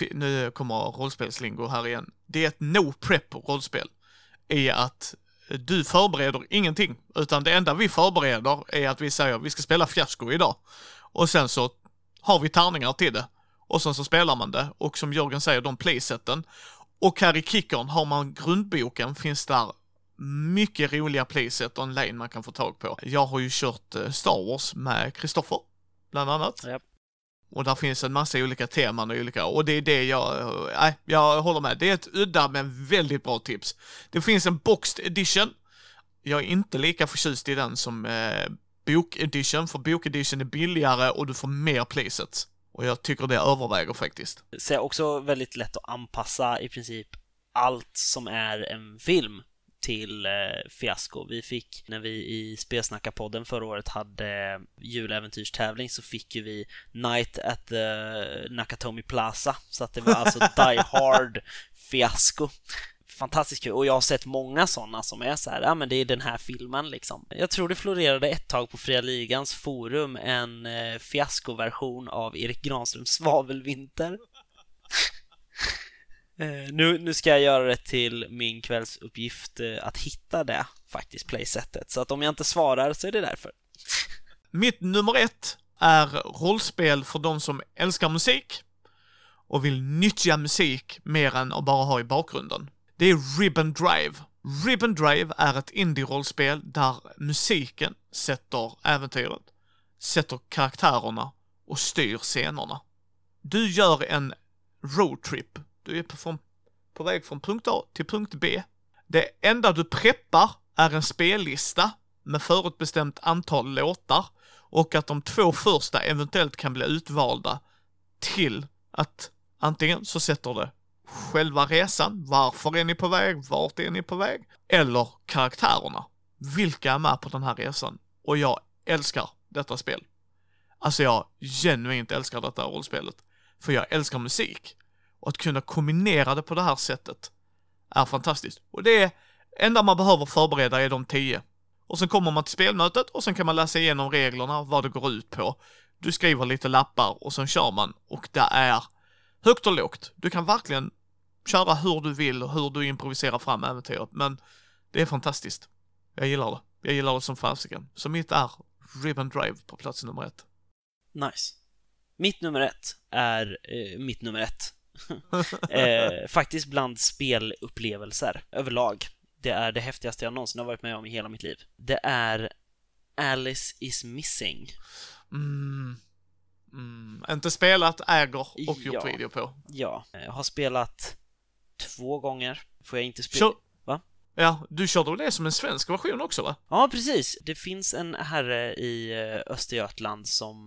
nu kommer rollspelslingo här igen, det är ett no-prep-rollspel. I att du förbereder ingenting, utan det enda vi förbereder är att vi säger vi ska spela fiasko idag. Och sen så har vi tärningar till det. Och sen så spelar man det. Och som Jörgen säger, de playseten. Och här i Kickern har man grundboken, finns där mycket roliga playset online man kan få tag på. Jag har ju kört Star Wars med Kristoffer, bland annat. Yep. Och där finns en massa olika teman och olika, och det är det jag, nej, jag håller med. Det är ett udda men väldigt bra tips. Det finns en boxed edition. Jag är inte lika förtjust i den som eh, bok edition, för bok edition är billigare och du får mer playsets. Och jag tycker det överväger faktiskt. Så är också väldigt lätt att anpassa i princip allt som är en film till eh, fiasko. Vi fick, när vi i Spelsnackarpodden förra året hade juläventyrstävling, så fick ju vi Night at the Nakatomi Plaza. Så att det var alltså Die Hard fiasko. Fantastiskt kul. Och jag har sett många sådana som är så här, ja men det är den här filmen liksom. Jag tror det florerade ett tag på Fria Ligans forum en eh, fiaskoversion av Erik Granströms Svavelvinter. Uh, nu, nu ska jag göra det till min kvällsuppgift uh, att hitta det faktiskt, playsetet. Så att om jag inte svarar så är det därför. Mitt nummer ett är rollspel för de som älskar musik och vill nyttja musik mer än att bara ha i bakgrunden. Det är Ribbon Drive. Ribbon Drive är ett indie-rollspel där musiken sätter äventyret, sätter karaktärerna och styr scenerna. Du gör en roadtrip. Du är på, från, på väg från punkt A till punkt B. Det enda du preppar är en spellista med förutbestämt antal låtar och att de två första eventuellt kan bli utvalda till att antingen så sätter det själva resan, varför är ni på väg, vart är ni på väg, eller karaktärerna, vilka är med på den här resan. Och jag älskar detta spel. Alltså jag genuint älskar detta rollspelet, för jag älskar musik. Och att kunna kombinera det på det här sättet är fantastiskt. Och det är enda man behöver förbereda är de tio. Och sen kommer man till spelmötet och sen kan man läsa igenom reglerna, vad det går ut på. Du skriver lite lappar och sen kör man. Och det är högt och lågt. Du kan verkligen köra hur du vill och hur du improviserar fram äventyret. Men det är fantastiskt. Jag gillar det. Jag gillar det som fasiken. Så mitt är Ribbon Drive på plats nummer ett. Nice. Mitt nummer ett är eh, mitt nummer ett. eh, faktiskt bland spelupplevelser överlag. Det är det häftigaste jag någonsin har varit med om i hela mitt liv. Det är Alice is Missing. Mm. Mm. Inte spelat, äger och gjort ja. video på. Ja, jag har spelat två gånger. Får jag inte spela? Kör... Va? Ja, du körde det som en svensk version också, va? Ja, precis. Det finns en herre i Östergötland som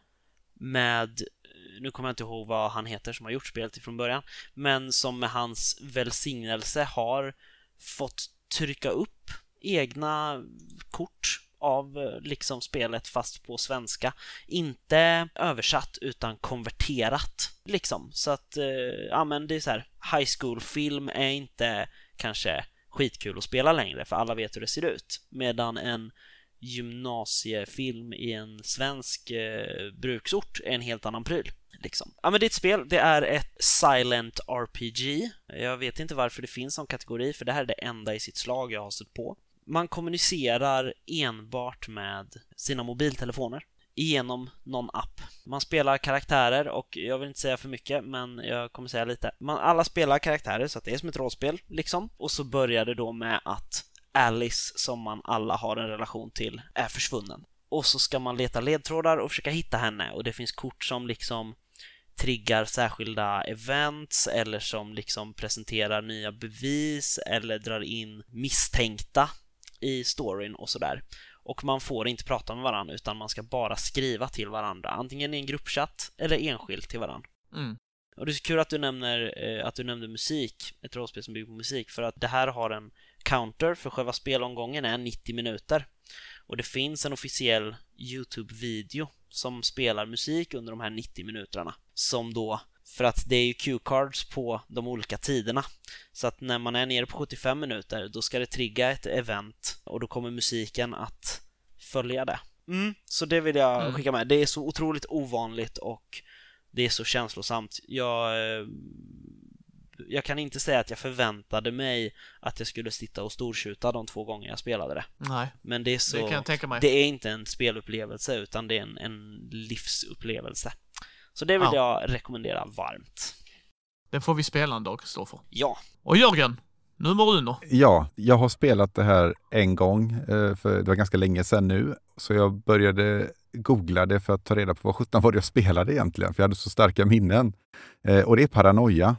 med, nu kommer jag inte ihåg vad han heter som har gjort spelet ifrån början, men som med hans välsignelse har fått trycka upp egna kort av liksom spelet fast på svenska. Inte översatt utan konverterat liksom. Så att, ja men det är så här, high school film är inte kanske skitkul att spela längre för alla vet hur det ser ut. Medan en gymnasiefilm i en svensk eh, bruksort är en helt annan pryl liksom. Ja men det är ett spel, det är ett silent R P G. Jag vet inte varför det finns som kategori, för det här är det enda i sitt slag jag har stött på. Man kommunicerar enbart med sina mobiltelefoner genom någon app. Man spelar karaktärer och jag vill inte säga för mycket, men jag kommer säga lite. Man alla spelar karaktärer så att det är som ett rollspel liksom. Och så börjar det då med att Alice, som man alla har en relation till, är försvunnen. Och så ska man leta ledtrådar och försöka hitta henne. Och det finns kort som liksom triggar särskilda events eller som liksom presenterar nya bevis eller drar in misstänkta i storyn och sådär. Och man får inte prata med varandra utan man ska bara skriva till varandra, antingen i en gruppchatt eller enskilt till varandra. Mm. Och det är så kul att du nämner eh, att du nämnde musik, ett rollspel som bygger på musik, för att det här har en counter för själva spelomgången är nittio minuter. Och det finns en officiell YouTube-video som spelar musik under de här nittio minuterna. Som då, för att det är ju cue-cards på de olika tiderna. Så att när man är nere på sjuttiofem minuter, då ska det trigga ett event och då kommer musiken att följa det. Mm, så det vill jag Mm. skicka med. Det är så otroligt ovanligt och det är så känslosamt. Jag, jag kan inte säga att jag förväntade mig att jag skulle sitta och storskjuta de två gånger jag spelade det. Nej, Men det är så, det kan jag tänka mig. det är inte en spelupplevelse utan det är en, en livsupplevelse. Så det vill Ja. jag rekommendera varmt. Det får vi spela en dag, Kristoffer. Ja, Och Jörgen, nummer uno. Ja, jag har spelat det här en gång, eh, för det var ganska länge sedan nu. Så jag började googla det för att ta reda på vad sjutton var det jag spelade egentligen. För jag hade så starka minnen. Eh, och det är Paranoia,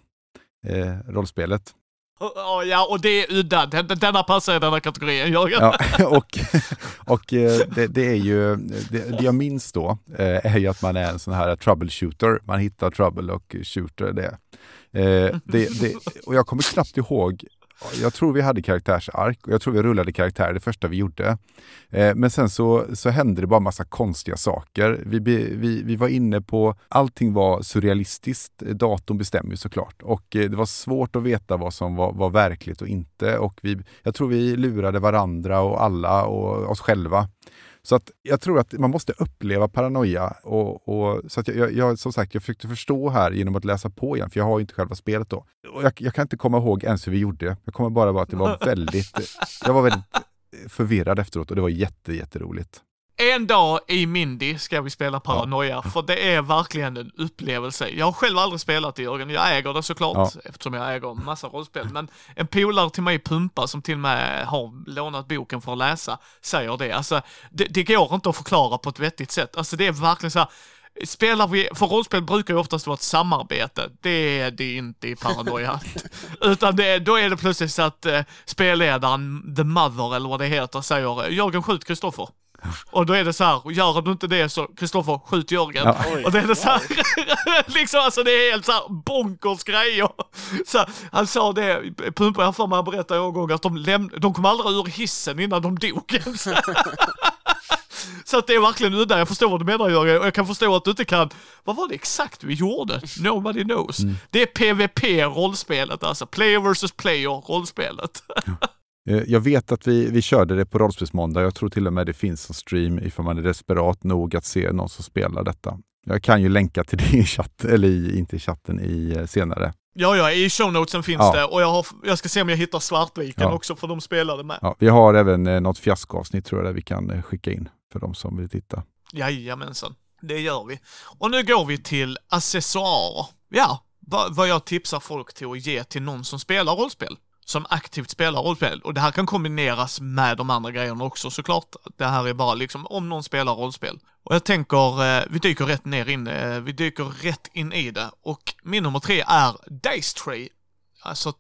eh, rollspelet. Oh, oh, ja, och det är udda. Den, denna passar i denna kategorin, Jörgen. Ja, och och eh, det, det är ju, det, det jag minns då eh, är ju att man är en sån här troubleshooter. Man hittar trouble och shooter det. Eh, det, det. Och jag kommer knappt ihåg. Jag tror vi hade karaktärsark och jag tror vi rullade karaktärer det första vi gjorde. Eh, men sen så, så hände det bara massa konstiga saker. Vi, vi, vi var inne på, allting var surrealistiskt, datorn bestämmer ju såklart. Och eh, det var svårt att veta vad som var, var verkligt och inte. Och vi, jag tror vi lurade varandra och alla och oss själva. Så att jag tror att man måste uppleva paranoia och, och så att jag, jag, som sagt, jag försökte förstå här genom att läsa på igen, för jag har ju inte själva spelet då. Och jag, jag kan inte komma ihåg ens hur vi gjorde. Jag kommer bara ihåg att det var väldigt, jag var väldigt förvirrad efteråt och det var jätte, jätteroligt. En dag i Mindy ska vi spela Paranoia, ja. För det är verkligen en upplevelse. Jag har själv aldrig spelat det, Jörgen. Jag äger det såklart, ja. Eftersom jag äger en massa rollspel. Men en polare till mig, Pumpa, som till och med har lånat boken för att läsa, säger det. Alltså, det, det går inte att förklara på ett vettigt sätt. Alltså, det är verkligen så här. Spelar vi, för rollspel brukar ju oftast vara ett samarbete. Det är det inte i Paranoia. Utan det, då är det plötsligt så att eh, spelledaren, The Mother eller vad det heter, säger Jörgen, skjut Kristoffer. Och då är det så här, gör du inte det så Kristoffer, skjut Jörgen. Ja. Och det är det så här, liksom, alltså det är helt så här bonkers grejer. Så han sa det, Pumpa, jag får man berätta en gång att de, läm- de kom aldrig ur hissen innan de dog. Så att det är verkligen udda. Jag förstår vad du menar, Jörgen. Och jag kan förstå att du inte kan... Vad var det exakt vi gjorde? Nobody knows. Mm. Det är PvP-rollspelet, alltså. Player versus player-rollspelet. Jag vet att vi, vi körde det på Rollspelsmåndag. Jag tror till och med det finns en stream ifall man är desperat nog att se någon som spelar detta. Jag kan ju länka till det i chatt, eller i, inte i chatten, i senare. Ja, ja, i shownotesen finns ja. det. Och jag, har, jag ska se om jag hittar Svartviken ja. också, för de spelade med. Ja, vi har även eh, något fiaskoavsnitt, tror jag, där vi kan eh, skicka in för de som vill titta. Jajamensan, det gör vi. Och nu går vi till accessoarer. Ja, vad, vad jag tipsar folk till att ge till någon som spelar rollspel. Som aktivt spelar rollspel. Och det här kan kombineras med de andra grejerna också, såklart. Det här är bara liksom om någon spelar rollspel. Och jag tänker, eh, vi dyker rätt ner in, eh, vi dyker rätt in i det. Och min nummer tre är Dice Tray. Alltså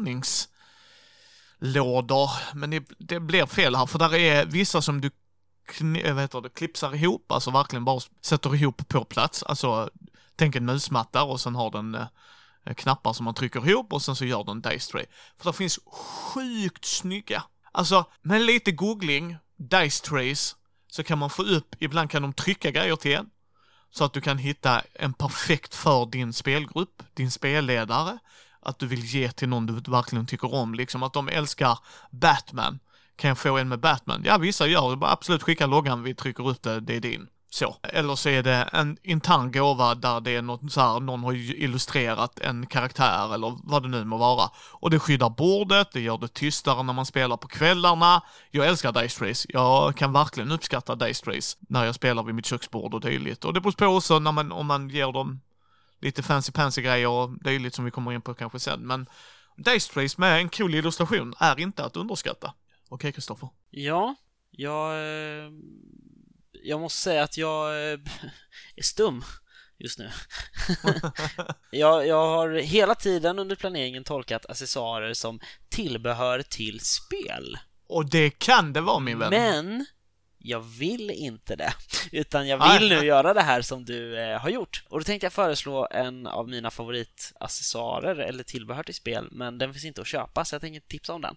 tärningslådor. Men det, det blir fel här, för där är vissa som du kn- vet du, klipsar ihop. Alltså verkligen bara sätter ihop på plats. Alltså, tänk en musmatta och sen har den... Eh, knappar som man trycker ihop och sen så gör den Dice Tray. För det finns sjukt snygga. Alltså, med lite googling, Dice Trays, så kan man få upp, ibland kan de trycka grejer till en. Så att du kan hitta en perfekt för din spelgrupp, din spelledare. Att du vill ge till någon du verkligen tycker om. Liksom att de älskar Batman. Kan jag få en med Batman? Ja, vissa gör det. Bara absolut skicka loggan, vi trycker upp det, det är din. Så. Eller så är det en intern gåva där det är något så här, någon har illustrerat en karaktär eller vad det nu må vara. Och det skyddar bordet, det gör det tystare när man spelar på kvällarna. Jag älskar Dice Trays. Jag kan verkligen uppskatta Dice Trays när jag spelar vid mitt köksbord och dylikt. Och det beror på också när man, om man ger dem lite fancy-pansy grejer och dylikt som vi kommer in på kanske sen. Men Dice Trays med en cool illustration är inte att underskatta. Okej, okay, Kristoffer? Ja, jag... Jag måste säga att jag är stum. just nu. jag, jag har hela tiden under planeringen tolkat accessoarer som tillbehör till spel. Och det kan det vara, min vän. Men jag vill inte det, utan jag vill nu göra det här som du eh, har gjort. Och då tänkte jag föreslå en av mina favoritaccessoarer eller tillbehör till spel, men den finns inte att köpa, så jag tänker tipsa om den.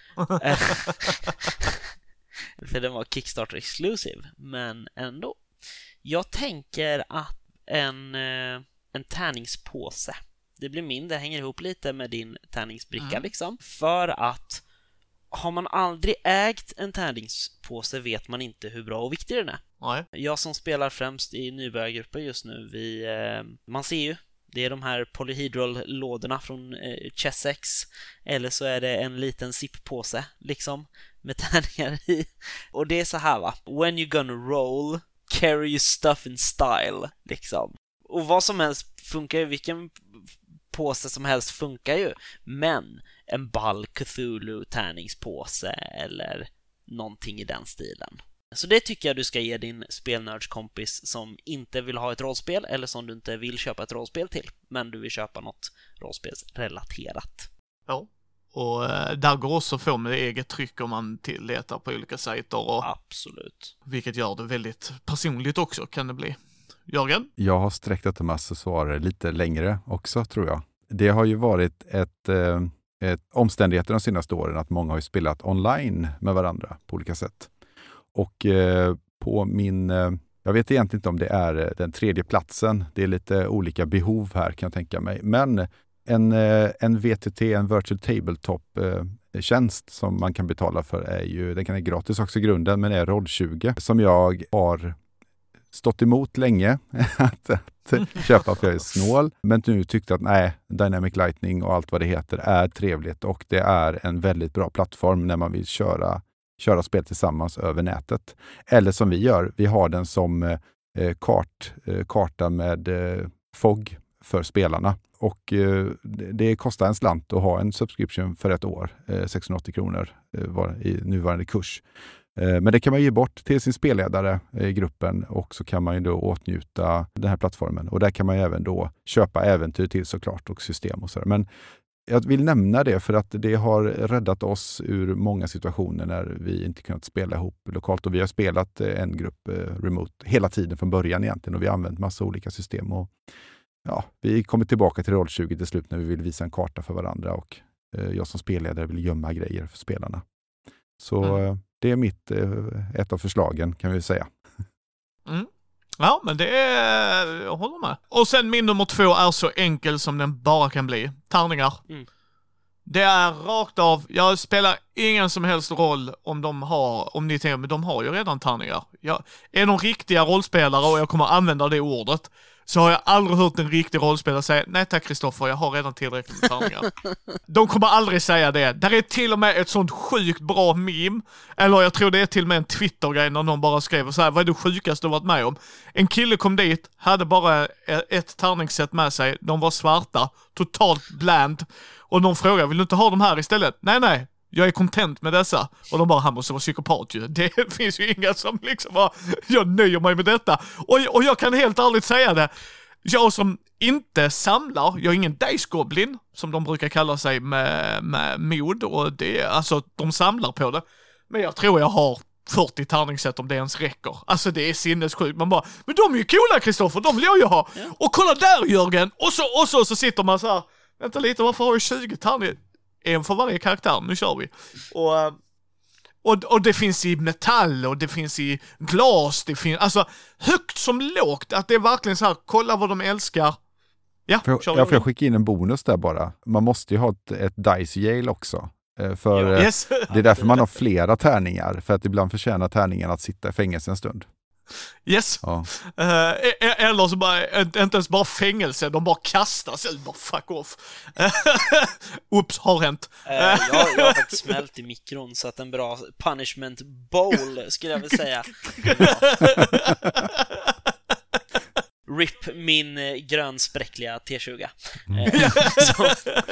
För den var Kickstarter exclusive, men ändå. Jag tänker att en, eh, en tärningspåse, det blir min, det hänger ihop lite med din tärningsbricka mm. liksom. För att har man aldrig ägt en tärningspåse vet man inte hur bra och viktig den är. Nej. Jag som spelar främst i nybörjargrupper just nu, vi, eh, man ser ju, det är de här polyhedral-lådorna från eh, Chessex, eller så är det en liten zip-påse liksom med tärningar i. Och det är så här, va? When you gonna roll, carry your stuff in style liksom. Och vad som helst funkar ju, vilken påse som helst funkar ju, men en ball Cthulhu tärningspåse eller någonting i den stilen. Så det tycker jag du ska ge din spelnördskompis som inte vill ha ett rollspel eller som du inte vill köpa ett rollspel till, men du vill köpa något rollspelsrelaterat. Ja, och äh, där går också att få med eget tryck om man till, letar på olika sajter. Och, absolut. Vilket gör det väldigt personligt också, kan det bli. Jörgen? Jag har sträckt efter accessoarer lite längre också, tror jag. Det har ju varit ett... Eh... Ett, omständigheter de senaste åren att många har ju spelat online med varandra på olika sätt. Och eh, på min, eh, jag vet egentligen inte om det är den tredje platsen, det är lite olika behov här kan jag tänka mig. Men en, eh, en V T T, en Virtual Tabletop-tjänst eh, som man kan betala för är ju, den kan vara gratis också i grunden, men är Roll tjugo som jag har stått emot länge att, att köpa för jag är snål. Men nu tyckte att nej, Dynamic Lightning och allt vad det heter är trevligt och det är en väldigt bra plattform när man vill köra, köra spel tillsammans över nätet. Eller som vi gör, vi har den som eh, kart, eh, karta med eh, F O G för spelarna. Och eh, det kostar en slant att ha en subscription för ett år, eh, sexhundraåttio kronor eh, var, i nuvarande kurs. Men det kan man ge bort till sin spelledare i gruppen och så kan man ju då åtnjuta den här plattformen. Och där kan man ju även då köpa äventyr till såklart och system och sådär. Men jag vill nämna det för att det har räddat oss ur många situationer när vi inte kunnat spela ihop lokalt. Och vi har spelat en grupp remote hela tiden från början egentligen och vi har använt massa olika system. Och ja, vi kommer tillbaka till Roll tjugo till slut när vi vill visa en karta för varandra och jag som spelledare vill gömma grejer för spelarna. Så... Mm. Det är mitt, ett av förslagen kan vi säga. Mm. Ja, men det är, jag håller med. Och sen min nummer två är så enkel som den bara kan bli. Tärningar. Mm. Det är rakt av, jag spelar ingen som helst roll om de har, om ni tänker, men de har ju redan tärningar. Jag är de riktiga rollspelare och jag kommer använda det ordet. Så har jag aldrig hört en riktig rollspelare säga nej tack Kristoffer, jag har redan tillräckligt med tärningar. De kommer aldrig säga det. Där är till och med ett sånt sjukt bra meme. Eller jag tror det är till och med en Twitter-grej när någon bara skriver så här: vad är det sjukaste du varit med om? En kille kom dit, hade bara ett tärningssätt med sig. De var svarta, totalt bland. Och någon frågade, vill du inte ha de här istället? Nej, nej. Jag är content med dessa. Och de bara, han måste vara psykopat ju. Det finns ju inga som liksom bara, jag nöjer mig med detta. Och, och jag kan helt ärligt säga det. Jag som inte samlar, jag är ingen Dice Goblin, som de brukar kalla sig med, med mod. Och det är, alltså, de samlar på det. Men jag tror jag har fyrtio tärningssätt om det ens räcker. Alltså det är sinnessjukt. Man bara, men de är ju coola Kristoffer, de vill jag ju ha. Ja. Och kolla där Jörgen. Och så, och så, så sitter man så här, vänta lite, varför har jag tjugo tärningar? En för varje karaktär, nu kör vi. Och, och, och det finns i metall och det finns i glas, det finns, alltså högt som lågt, att det är verkligen så här, kolla vad de älskar. Ja, för, jag, jag får skicka in en bonus där bara. Man måste ju ha ett, ett dice jail också. För ja, yes. Det är därför man har flera tärningar, för att ibland förtjänar tärningen att sitta i fängelse en stund. Yes. Ja. Uh, eller så bara, inte ens bara fängelse, de bara kastas ut, bara fuck off. Ups, har hänt. Uh, jag, jag har faktiskt smält i mikron, så att en bra punishment bowl skulle jag vilja säga. Rip min grönspräckliga T tjugo. Mm. så.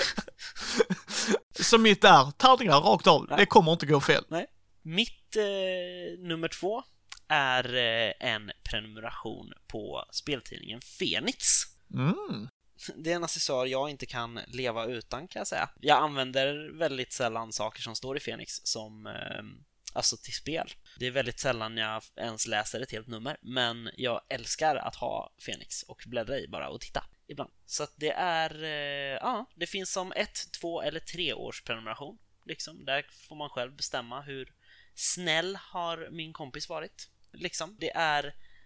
så mitt där, tärningar rakt av, ja. Det kommer inte gå fel. Nej. Mitt eh, nummer två är eh, en prenumeration på speltidningen Fenix. Mm. Det är en accessoar jag inte kan leva utan, kan jag säga. Jag använder väldigt sällan saker som står i Fenix som eh, alltså till spel. Det är väldigt sällan jag ens läser ett helt nummer, men jag älskar att ha Fenix och bläddra i bara och titta ibland. Så att det är eh, ja, det finns som ett, två eller tre års prenumeration. Liksom, där får man själv bestämma hur snäll har min kompis varit. Liksom, det är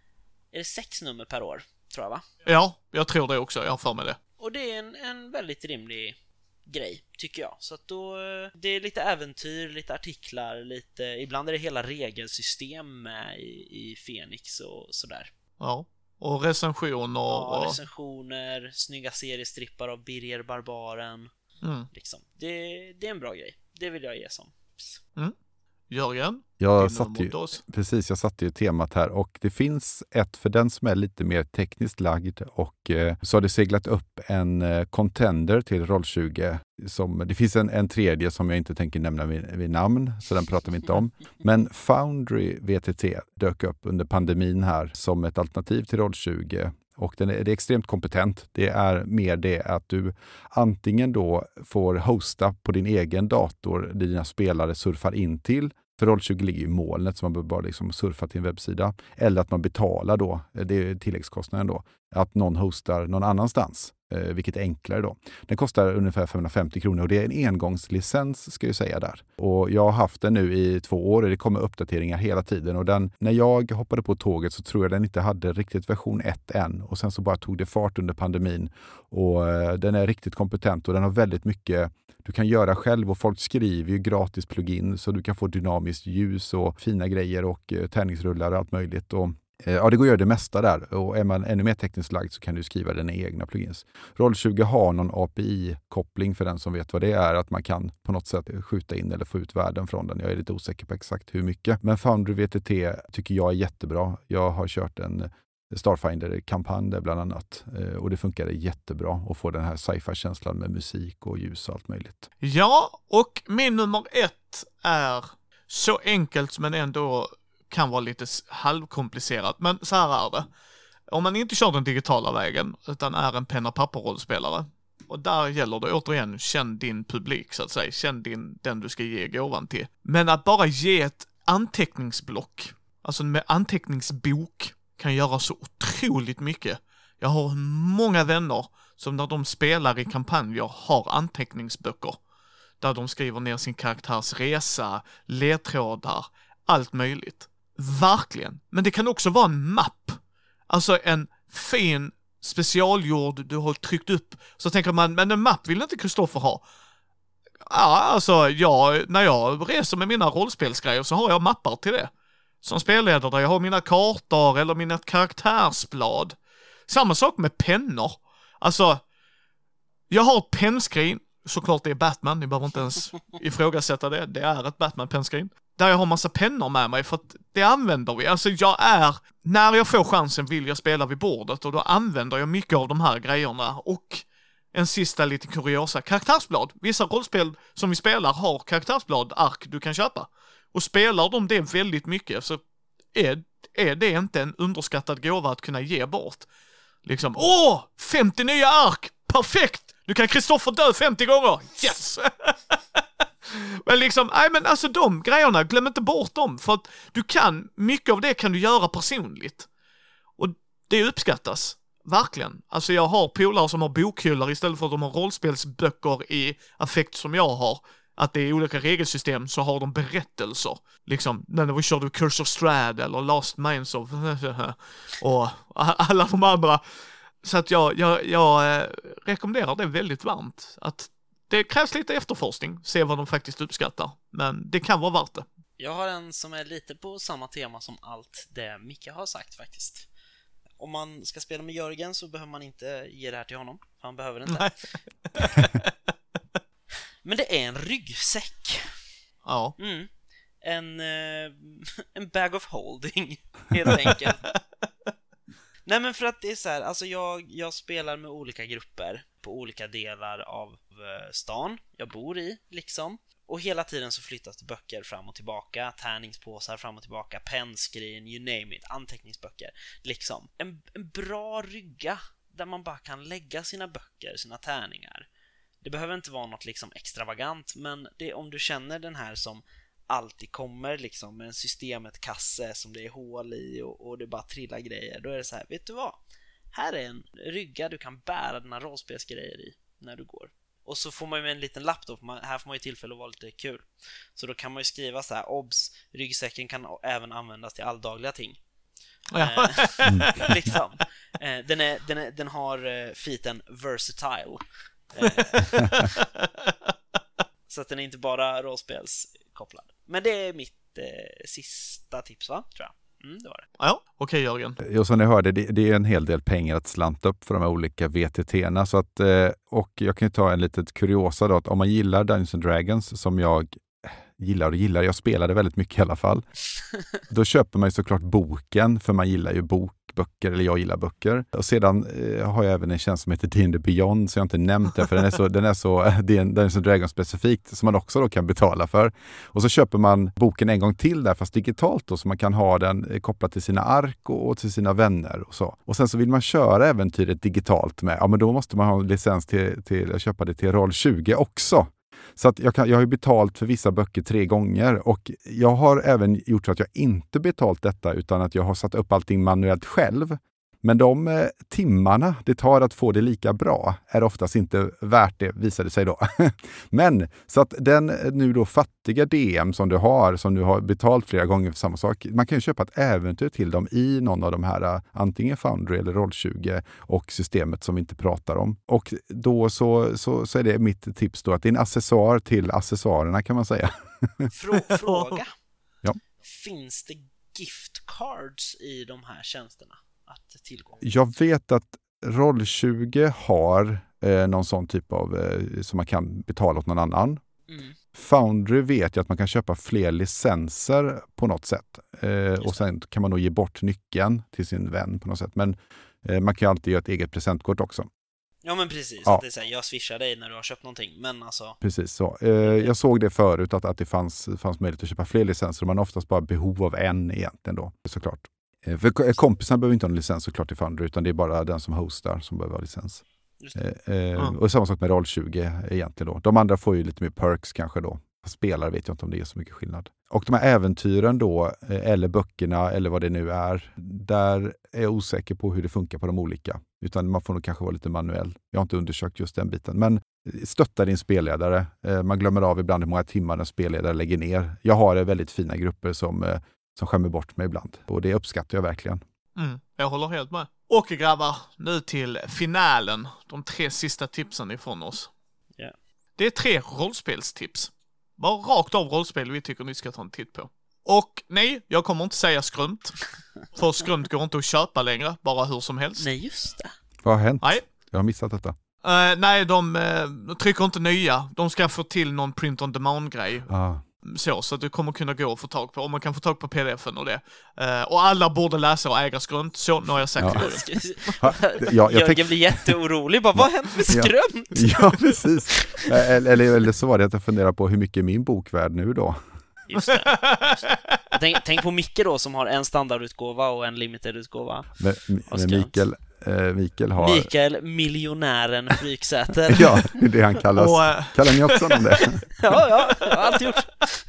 är det sex nummer per år, tror jag, va? Ja, jag tror det också. Jag har för mig det. Och det är en, en väldigt rimlig grej, tycker jag. Så att då, det är lite äventyr, lite artiklar, lite, ibland är det hela regelsystem med i, i Fenix och sådär. Ja, och recensioner. Ja, och... recensioner, snygga seriestrippar av Birger Barbaren. Mm. Liksom. Det, det är en bra grej. Det vill jag ge som. Mm. Jörgen? Jag satte ju, precis, jag satte ju temat här och det finns ett för den som är lite mer tekniskt lagd och eh, så har det seglat upp en eh, contender till Roll tjugo. Som, det finns en, en tredje som jag inte tänker nämna vid, vid namn, så den pratar vi inte om. Men Foundry V T T dök upp under pandemin här som ett alternativ till Roll tjugo. Och den är, det är extremt kompetent. Det är mer det att du antingen då får hosta på din egen dator där dina spelare surfar in till. För Roll tjugo ligger i molnet så man behöver bara liksom surfa till en webbsida. Eller att man betalar då, det är tilläggskostnaden då, att någon hostar någon annanstans. Eh, vilket är enklare då. Den kostar ungefär femhundrafemtio kronor och det är en engångslicens ska jag säga där. Och jag har haft den nu i två år och det kommer uppdateringar hela tiden. Och den, när jag hoppade på tåget så tror jag den inte hade riktigt version ett än. Och sen så bara tog det fart under pandemin. Och eh, den är riktigt kompetent och den har väldigt mycket du kan göra själv och folk skriver ju gratis plugin så du kan få dynamiskt ljus och fina grejer och eh, tärningsrullar och allt möjligt. Och ja, det går att göra det mesta där. Och är man ännu mer tekniskt lagd så kan du skriva dina egna plugins. Roll tjugo har någon A P I-koppling för den som vet vad det är. Att man kan på något sätt skjuta in eller få ut värden från den. Jag är lite osäker på exakt hur mycket. Men Foundry V T T tycker jag är jättebra. Jag har kört en Starfinder-kampanj där bland annat. Och det funkade jättebra att få den här sci-fi-känslan med musik och ljus och allt möjligt. Ja, och min nummer ett är så enkelt men ändå kan vara lite halvkomplicerat, men så här är det. Om man inte kör den digitala vägen, utan är en penna papper-rollspelare, och där gäller det återigen, känn din publik så att säga, känn din, den du ska ge gåvan till. Men att bara ge ett anteckningsblock, alltså med anteckningsbok, kan göra så otroligt mycket. Jag har många vänner som när de spelar i kampanjer har anteckningsböcker, där de skriver ner sin karaktärs resa, ledtrådar, allt möjligt. Verkligen. Men det kan också vara en mapp. Alltså en fin specialgjord du har tryckt upp. Så tänker man, men en mapp vill inte Kristoffer ha. Ja, alltså jag, när jag reser med mina rollspelsgrejer så har jag mappar till det. Som spelledare där jag har mina kartor eller mina karaktärsblad. Samma sak med pennor. Alltså, jag har ett pennskrin. Såklart det är Batman, ni behöver inte ens ifrågasätta det. Det är ett Batman-pennskrin. Där jag har massa pennor med mig för att det använder vi. Alltså jag är, när jag får chansen vill jag spela vid bordet och då använder jag mycket av de här grejerna. Och en sista lite kuriosa, karaktärsblad. Vissa rollspel som vi spelar har karaktärsblad, ark du kan köpa. Och spelar de det väldigt mycket så är, är det inte en underskattad gåva att kunna ge bort. Liksom, åh, femtio nya ark, perfekt! Nu kan Kristoffer dö femtio gånger, yes! Men liksom, nej men alltså de grejerna, glöm inte bort dem. För att du kan, mycket av det kan du göra personligt. Och det uppskattas, verkligen. Alltså jag har polare som har bokhyllor istället för att de har rollspelsböcker i affekt som jag har. Att det är olika regelsystem så har de berättelser. Liksom, när vi körde Curse of Strahd eller Last Minds of och alla de andra. Så att jag, jag, jag rekommenderar det väldigt varmt. Att det krävs lite efterforskning, se vad de faktiskt uppskattar. Men det kan vara värt det. Jag har en som är lite på samma tema som allt det Micke har sagt faktiskt. Om man ska spela med Jörgen så behöver man inte ge det här till honom. Han behöver det inte. Men det är en ryggsäck. Ja. Mm. En, eh, en bag of holding, helt enkelt. Nej men för att det är så här, alltså jag, jag spelar med olika grupper på olika delar av eh, stan jag bor i, liksom. Och hela tiden så flyttas det böcker fram och tillbaka, tärningspåsar fram och tillbaka, pennskrin, you name it, anteckningsböcker. Liksom en, en bra rygga där man bara kan lägga sina böcker, sina tärningar. Det behöver inte vara något liksom extravagant, men det, om du känner den här som alltid kommer liksom med en systemet-kasse som det är hål i och, och det bara trillar grejer, då är det så här, vet du vad? Här är en rygga du kan bära dina rollspelsgrejer i när du går. Och så får man ju med en liten laptop, man, här får man ju tillfälle att vara lite kul. Så då kan man ju skriva så här, obs, ryggsäcken kan även användas till alldagliga ting. Ja. Eh, liksom. Eh, den, är, den, är, den har eh, feeten versatile. Eh, så att den är inte bara rollspelskopplad. Men det är mitt eh, sista tips, va? Tror jag. Mm, det var det. Ja, okej Jörgen. Och som ni hörde, det, det är en hel del pengar att slanta upp för de här olika V T T-erna. Så att, eh, och jag kan ju ta en litet kuriosa då, att om man gillar Dungeons and Dragons, som jag gillar och gillar, jag spelade väldigt mycket i alla fall, då köper man ju såklart boken, för man gillar ju bokböcker, eller jag gillar böcker. Och sedan eh, har jag även en tjänst som heter D and D Beyond, så jag har inte nämnt det, för den är så, den är så Dungeons and Dragons specifikt, som man också då kan betala för. Och så köper man boken en gång till där, fast digitalt då, så man kan ha den kopplad till sina ark och, och till sina vänner och så. Och sen så vill man köra äventyret digitalt med, ja men då måste man ha licens till, till att köpa det till Roll tjugo också. Så att jag, kan, jag har ju betalt för vissa böcker tre gånger, och jag har även gjort så att jag inte betalt detta, utan att jag har satt upp allting manuellt själv. Men de eh, timmarna det tar att få det lika bra är oftast inte värt det, visar det sig då. Men så att den nu då fattiga D M som du har, som du har betalt flera gånger för samma sak, man kan ju köpa ett äventyr till dem i någon av de här, antingen Foundry eller Roll tjugo och systemet som vi inte pratar om. Och då så, så, så är det mitt tips då, att det är en accessoar till accessoarerna, kan man säga. Frå- fråga. Ja. Finns det gift cards i de här tjänsterna att tillgå? Jag vet att Roll tjugo har eh, någon sån typ av eh, som man kan betala åt någon annan. Mm. Foundry vet jag att man kan köpa fler licenser på något sätt. Eh, och sen kan man nog ge bort nyckeln till sin vän på något sätt. Men eh, man kan ju alltid göra ett eget presentkort också. Ja, men precis. Ja. Att det är så här, jag swishar dig när du har köpt någonting, men alltså... Precis så. Eh, jag såg det förut att, att det fanns, fanns möjlighet att köpa fler licenser. Man har oftast bara behov av en egentligen då, såklart. Eh, för kompisarna behöver inte ha en licens såklart i Foundry, utan det är bara den som hostar som behöver ha licens. Eh, eh, Mm. Och samma sak med Roll tjugo egentligen då. De andra får ju lite mer perks kanske då. Spelare vet jag inte om det är så mycket skillnad. Och de här äventyren då, eller böckerna, eller vad det nu är, där är jag osäker på hur det funkar på de olika. Utan man får nog kanske vara lite manuell. Jag har inte undersökt just den biten. Men stötta din spelledare. Man glömmer av ibland hur många timmar en spelledare lägger ner. Jag har väldigt fina grupper som, som skämmer bort mig ibland. Och det uppskattar jag verkligen. Mm, jag håller helt med. Och grabbar, nu till finalen. De tre sista tipsen ifrån oss. Yeah. Det är tre rollspelstips. Bara rakt av rollspel vi tycker ni ska ta en titt på. Och nej, jag kommer inte säga skrumt. För skrumt går inte att köpa längre, bara hur som helst. Nej, just det. Vad har hänt? Nej. Jag har missat detta. Uh, nej, de uh, trycker inte nya. De ska få till någon print-on-demand-grej. Ah. Så, så att du kommer kunna gå och få tag på. Och man kan få tag på pdf-en och det. Uh, och alla borde läsa och äga skrumt. Så, nu har jag sagt Ja. det. Ha, jag, jag Jörgen tänk... blir jätteorolig. Bara, vad har hänt med skrumt? Ja, precis. Eller, eller, eller så var det att jag funderar på hur mycket är min bokvärd nu då. Just det. Just det. Tänk, tänk på Micke då, som har en standardutgåva och en limited-utgåva. Men, men Mikael, eh, Mikael har... Mikael, miljonären Fryksäter. Ja, det är det han kallas. Och, uh... Kallar ni också honom det? ja, ja, jag har alltid gjort.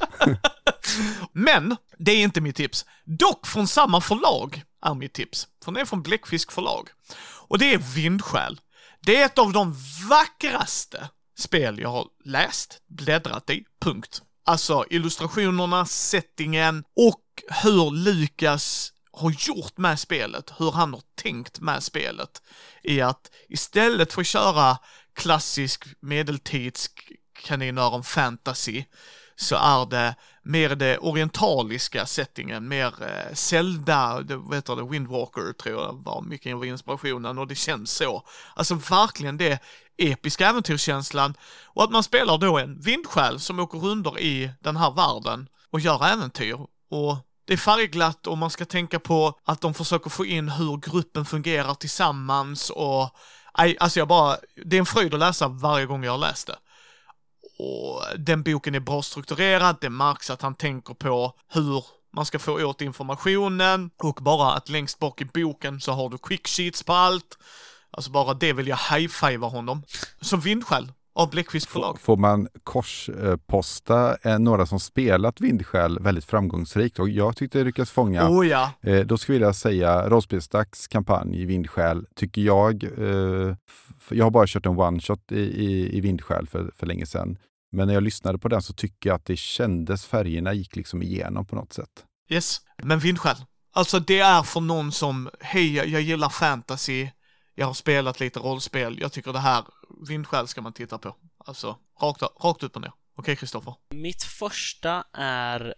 Men, det är inte mitt tips. Dock från samma förlag är mitt tips. För det är från Bläckfisk förlag. Och det är Vindsjäl. Det är ett av de vackraste spel jag har läst, bläddrat i, punkt. Alltså illustrationerna, settingen och hur Lukas har gjort med spelet. Hur han har tänkt med spelet. I att istället för att köra klassisk medeltids kaninöron fantasy så är det mer det orientaliska settingen, mer eh, Zelda, det, vet du, Windwalker tror jag var mycket av inspirationen och det känns så. Alltså verkligen det episka äventyrskänslan och att man spelar då en vindsjäl som åker runder i den här världen och gör äventyr. Och det är färgglatt och man ska tänka på att de försöker få in hur gruppen fungerar tillsammans och alltså jag bara, det är en fröjd att läsa varje gång jag har läst det. Och den boken är bra strukturerad, det märks att han tänker på hur man ska få åt informationen, och bara att längst bak i boken så har du quick sheets på allt. Alltså bara det vill jag high-fivea honom. Som Vindskäl av Bläckfisk förlag. Får man korsposta eh, några som spelat Vindskäl väldigt framgångsrikt, och jag tyckte det lyckades fånga. Oh ja. Eh, då skulle jag säga Rollspelsdags kampanj i Vindskäl tycker jag. Eh, f- jag har bara kört en one-shot i, i, i Vindskäl för, för länge sedan. Men när jag lyssnade på den så tycker jag att det kändes, färgerna gick liksom igenom på något sätt. Yes, men Vindskäl. Alltså det är för någon som, hej jag, jag gillar fantasy, jag har spelat lite rollspel, jag tycker det här, Vindskäl ska man titta på. Alltså, rakt, rakt upp och ner. Okej, Kristoffer? Mitt första är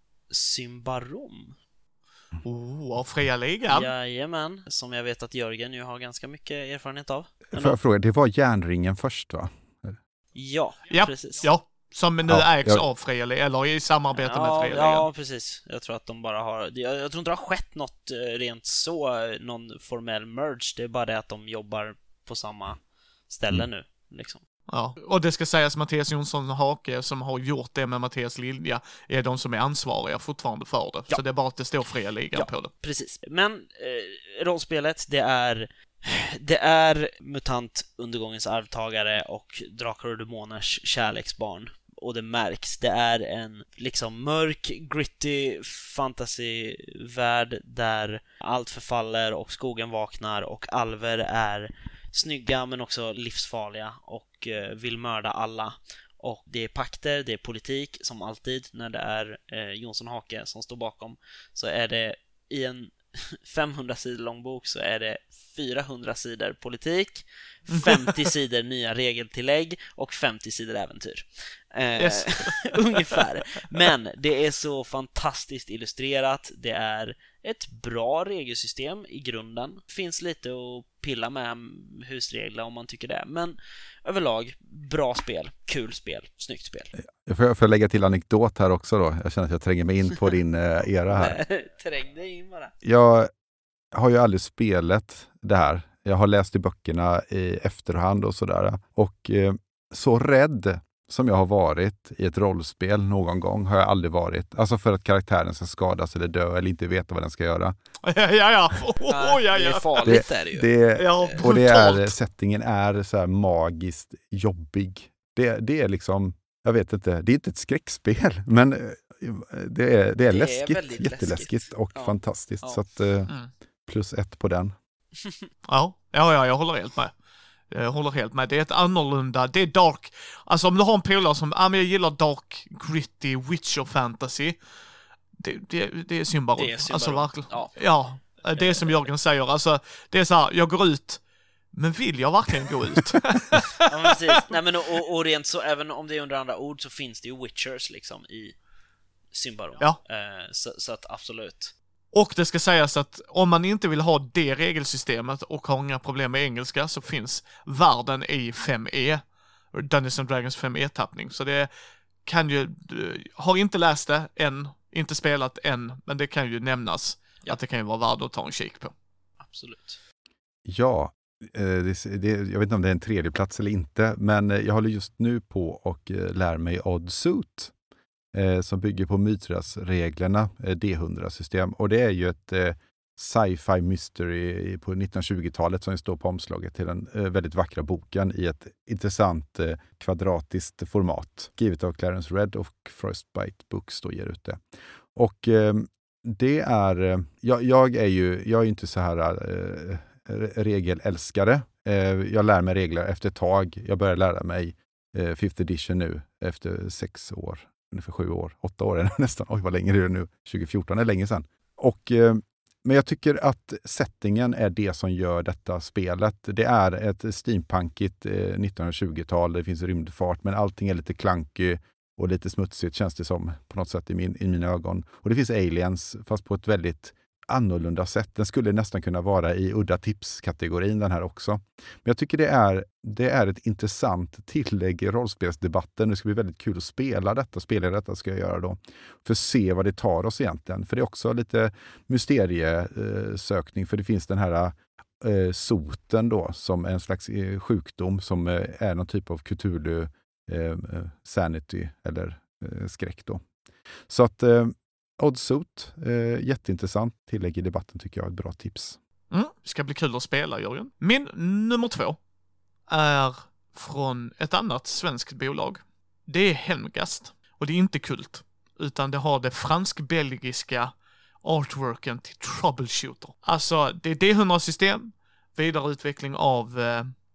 Symbarom. Oh, av Fria Ligan. Jajamän, som jag vet att Jörgen ju har ganska mycket erfarenhet av. Får jag fråga, det var Järnringen först va? Ja, Ja, precis. ja. Som nu Ja, ägs jag... av Fria Ligan, eller i samarbete ja, med Fria Ligan. Ja, precis. Jag tror att de bara har... Jag, jag tror inte det har skett något rent så, någon formell merge. Det är bara det att de jobbar på samma ställe mm. nu, liksom. Ja, och det ska sägas Mattias Jonsson Hake som har gjort det med Mattias Lilja är de som är ansvariga fortfarande för det. Ja. Så det är bara att det står Fria Ligan ja, på det. Precis. Men eh, rollspelet, det är det är MUTANT, Undergångens arvtagare och Drakar och Demoners kärleksbarn. Och det märks, det är en liksom mörk, gritty fantasyvärld där allt förfaller och skogen vaknar och alver är snygga men också livsfarliga och eh, vill mörda alla. Och det är pakter, det är politik, som alltid när det är eh, Jonsson Hake som står bakom. Så är det i en femhundra sidor lång bok så är det fyrahundra sidor politik, femtio sidor nya regeltillägg och femtio sidor äventyr. Eh, yes. Ungefär. Men det är så fantastiskt illustrerat. Det är ett bra regelsystem i grunden. Finns lite att pilla med husregler om man tycker det. Men överlag, bra spel, kul spel, snyggt spel. Jag får, får lägga till anekdot här också då. Jag känner att jag tränger mig in på din eh, era här. Träng dig in bara. Jag har ju aldrig spelat det här. Jag har läst i böckerna i efterhand och sådär. Och eh, så rädd som jag har varit i ett rollspel någon gång har jag aldrig varit. Alltså för att karaktären ska skadas eller dö eller inte veta vad den ska göra. Ja, ja, ja. Oh, ja, ja. Det är farligt det, är det ju. Det, ja, och det är, settingen är så här magiskt jobbig. Det, det är liksom, jag vet inte, det är inte ett skräckspel, men det är, det är det läskigt, är jätteläskigt läskigt. och ja. fantastiskt. Ja. Så att, mm. plus ett på den. Ja, ja, ja, jag håller helt med. Jag håller helt med. Det är ett annorlunda, det är dark. Alltså om du har en polare som, ja ah, men jag gillar dark, gritty, witcher fantasy. Det, det, det är Symbarom. Det är Symbarom. Alltså verkligen. Ja. ja, det är som Jörgen säger. Alltså, det är så här, jag går ut, men vill jag verkligen gå ut? Ja, men precis. Nej, men och, och rent så, även om det är under andra ord så finns det ju witchers liksom i Symbarom. Ja. Eh, så, så att absolut. Och det ska sägas att om man inte vill ha det regelsystemet och har inga problem med engelska så finns världen i fem E. Dungeons and Dragons fem E-tappning. Så det kan ju, har inte läst det än, inte spelat än, men det kan ju nämnas ja. Att det kan ju vara värd att ta en kik på. Absolut. Ja, det, det, jag vet inte om det är en tredje plats eller inte, men jag håller just nu på och lär mig Odd Suit. Eh, som bygger på Mythras-reglerna, eh, D hundra-system. Och det är ju ett eh, sci-fi mystery på nittonhundratjugotalet som står på omslaget till den eh, väldigt vackra boken i ett intressant eh, kvadratiskt format. Givet av Clarence Red och Frostbite Books då ger ut det. Och eh, det är, eh, jag, jag är ju, jag är inte så här eh, regelälskare. Eh, jag lär mig regler efter ett tag. Jag börjar lära mig eh, fifth edition nu efter sex år. Ungefär sju år, åtta år är det nästan. Oj, vad länge är det nu? tjugo fjorton är länge sedan. Och, eh, men jag tycker att settingen är det som gör detta spelet. Det är ett steampunkigt eh, nittonhundratjugotal. Det finns rymdfart, men allting är lite klankig och lite smutsigt känns det som på något sätt i, min, i mina ögon. Och det finns aliens, fast på ett väldigt annorlunda sätt. Den skulle nästan kunna vara i udda tips-kategorin den här också. Men jag tycker det är, det är ett intressant tillägg i rollspelsdebatten. Det ska bli väldigt kul att spela detta. Spela detta ska jag göra då. För att se vad det tar oss egentligen. För det är också lite mysteriesökning. För det finns den här eh, soten då som är en slags eh, sjukdom som eh, är någon typ av Cthulhu eh, sanity eller eh, skräck då. Så att eh, Oddsuit, eh, jätteintressant tillägg i debatten tycker jag är ett bra tips. Mm, ska bli kul att spela, Jörgen. Min nummer två är från ett annat svenskt bolag. Det är Helmgast. Och det är inte kult, utan det har det fransk-belgiska artworken till Troubleshooter. Alltså, det är D hundra-system, vidareutveckling av... Eh,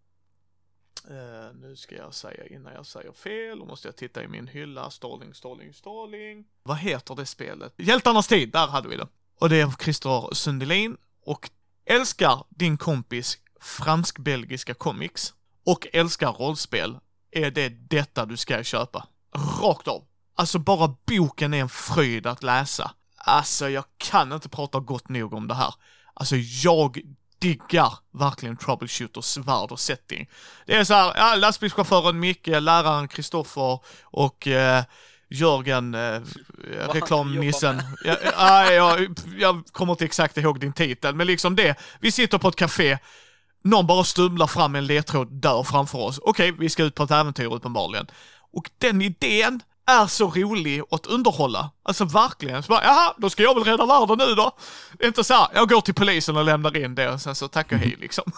eh, nu ska jag säga, innan jag säger fel, då måste jag titta i min hylla. Stalling, Stalling, Stalling. Vad heter det spelet? Hjältarnas tid, där hade vi det. Och det är Christer Sundelin. Och älskar din kompis fransk-belgiska comics och älskar rollspel, är det detta du ska köpa. Rakt av. Alltså bara boken är en fröjd att läsa. Alltså jag kan inte prata gott nog om det här. Alltså jag diggar verkligen Troubleshooters värld och setting. Det är så här, ja, lastbilschauffören Micke, läraren Kristoffer och eh, Jörgen, eh, reklamnissen. Jag, jag, jag, jag kommer inte exakt ihåg din titel, men liksom det. Vi sitter på ett café, någon bara stumlar fram en ledtråd där framför oss. Okej, vi ska ut på ett äventyr uppenbarligen. Och den idén är så rolig att underhålla. Alltså verkligen. Så bara, jaha, då ska jag väl rädda världen nu då. Det är inte så här, jag går till polisen och lämnar in det och sen så tackar hej liksom.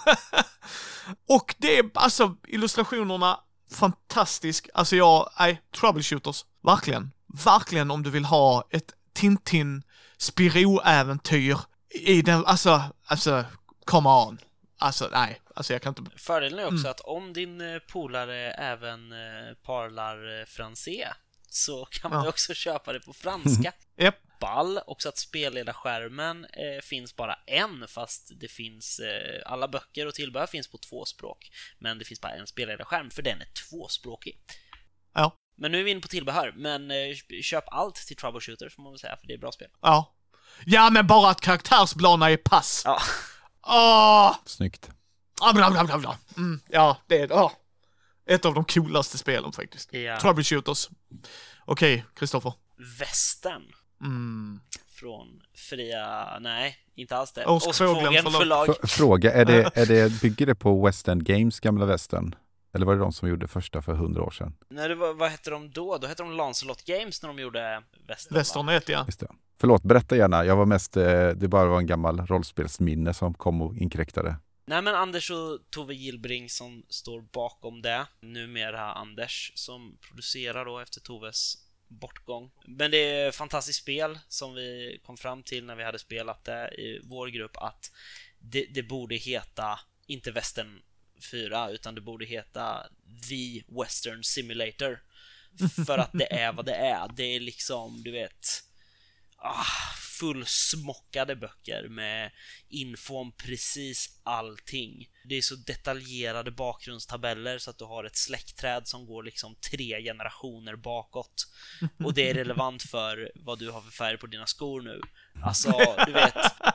Och det är alltså illustrationerna fantastisk. Alltså jag, nej, Troubleshooters. Verkligen. Verkligen om du vill ha ett Tintin Spirou-äventyr i den, alltså, alltså, come on. Alltså, nej. Alltså jag kan inte... Fördelen är också mm. att om din polare även eh, parlar eh, fransé, så kan man ja. också köpa det på franska. Yep. Ball, också att spelledarskärmen eh, finns bara en, fast det finns eh, alla böcker och tillbehör finns på två språk, men det finns bara en spelledarskärm för den är tvåspråkig. Ja. Men nu är vi inne på tillbehör, men eh, köp allt till Troubleshooter får man väl säga, för det är bra spel. Ja. Ja, men bara att karaktärsbladarna är pass. Ja. Åh! Snyggt. Ah, bla, bla, bla, bla. Mm, ja, det är oh. ett av de coolaste spelen faktiskt. Ja. Troubleshooters. Okej, Kristoffer. Västern. Mm. Från fria... Nej, inte alls det. Åskfågeln förlag. förlag. F- fråga, är det, är det, bygger det på West End Games gamla västern? Eller var det de som gjorde första för hundra år sedan? Nej, det var, vad hette de då? Då hette de Lancelot Games när de gjorde Västern. Västern ett, ja. Just det. Förlåt, berätta gärna. Jag var mest, det bara var en gammal rollspelsminne som kom och inkräktade. Nej, men Anders och Tove Gillbring som står bakom det. Numera Anders som producerar då efter Toves bortgång. Men det är ett fantastiskt spel som vi kom fram till när vi hade spelat det i vår grupp, att det, det borde heta inte Västern fyra, utan det borde heta The Western Simulator. För att det är vad det är. Det är liksom, du vet, ah, fullsmockade böcker med info om precis allting. Det är så detaljerade bakgrundstabeller så att du har ett släktträd som går liksom tre generationer bakåt. Och det är relevant för vad du har för färg på dina skor nu. Alltså, du vet,